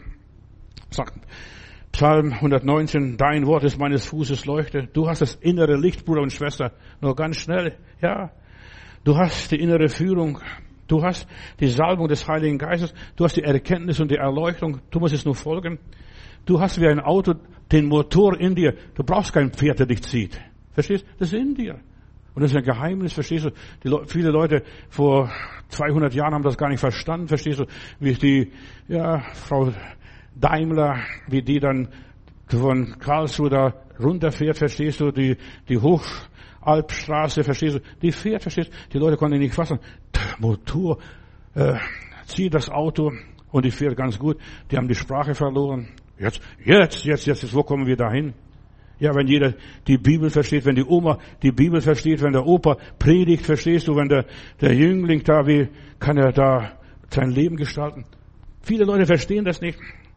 sagt, Psalm 119, dein Wort ist meines Fußes Leuchte. Du hast das innere Licht, Bruder und Schwester. Nur ganz schnell, ja. Du hast die innere Führung. Du hast die Salbung des Heiligen Geistes. Du hast die Erkenntnis und die Erleuchtung. Du musst es nur folgen. Du hast wie ein Auto den Motor in dir. Du brauchst kein Pferd, der dich zieht. Verstehst du? Das ist in dir. Und das ist ein Geheimnis, verstehst du? Viele Leute vor 200 Jahren haben das gar nicht verstanden, verstehst du? Wie die, Frau Daimler, wie die dann von Karlsruhe da runterfährt, verstehst du? Die Hochalpstraße, verstehst du? Die fährt, verstehst du? Die Leute konnten nicht fassen. Der Motor, zieht das Auto und die fährt ganz gut. Die haben die Sprache verloren. Jetzt, wo kommen wir dahin? Ja, wenn jeder die Bibel versteht, wenn die Oma die Bibel versteht, wenn der Opa predigt, verstehst du, wenn der Jüngling da, wie kann er da sein Leben gestalten? Viele Leute verstehen das nicht.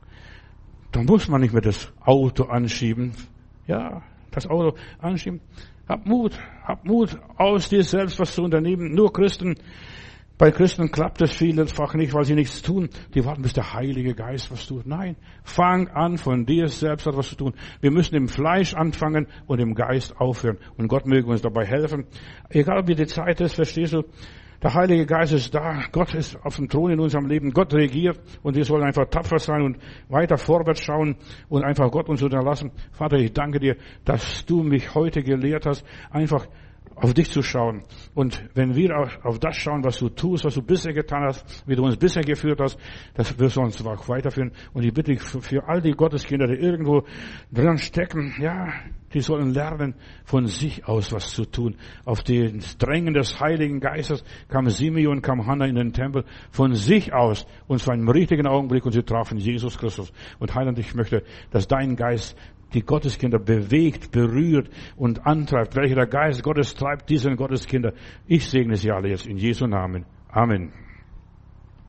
Da muss man nicht mehr das Auto anschieben. Ja, das Auto anschieben. Hab Mut aus dir selbst was zu unternehmen. Nur bei Christen klappt es vielfach nicht, weil sie nichts tun. Die warten, bis der Heilige Geist was tut. Nein, fang an, von dir selbst etwas zu tun. Wir müssen im Fleisch anfangen und im Geist aufhören. Und Gott möge uns dabei helfen. Egal wie die Zeit ist, verstehst du? Der Heilige Geist ist da. Gott ist auf dem Thron in unserem Leben. Gott regiert. Und wir sollen einfach tapfer sein und weiter vorwärts schauen und einfach Gott uns unterlassen. Vater, ich danke dir, dass du mich heute gelehrt hast, einfach auf dich zu schauen. Und wenn wir auf das schauen, was du tust, was du bisher getan hast, wie du uns bisher geführt hast, das wirst du uns auch weiterführen. Und ich bitte dich für all die Gotteskinder, die irgendwo drin stecken, ja, die sollen lernen, von sich aus was zu tun. Auf den Drängen des Heiligen Geistes kam Simeon, kam Hannah in den Tempel von sich aus und zu einem richtigen Augenblick und sie trafen Jesus Christus. Und Heiland, ich möchte, dass dein Geist die Gotteskinder bewegt, berührt und antreibt. Welcher der Geist Gottes treibt diese Gotteskinder. Ich segne sie alle jetzt in Jesu Namen. Amen.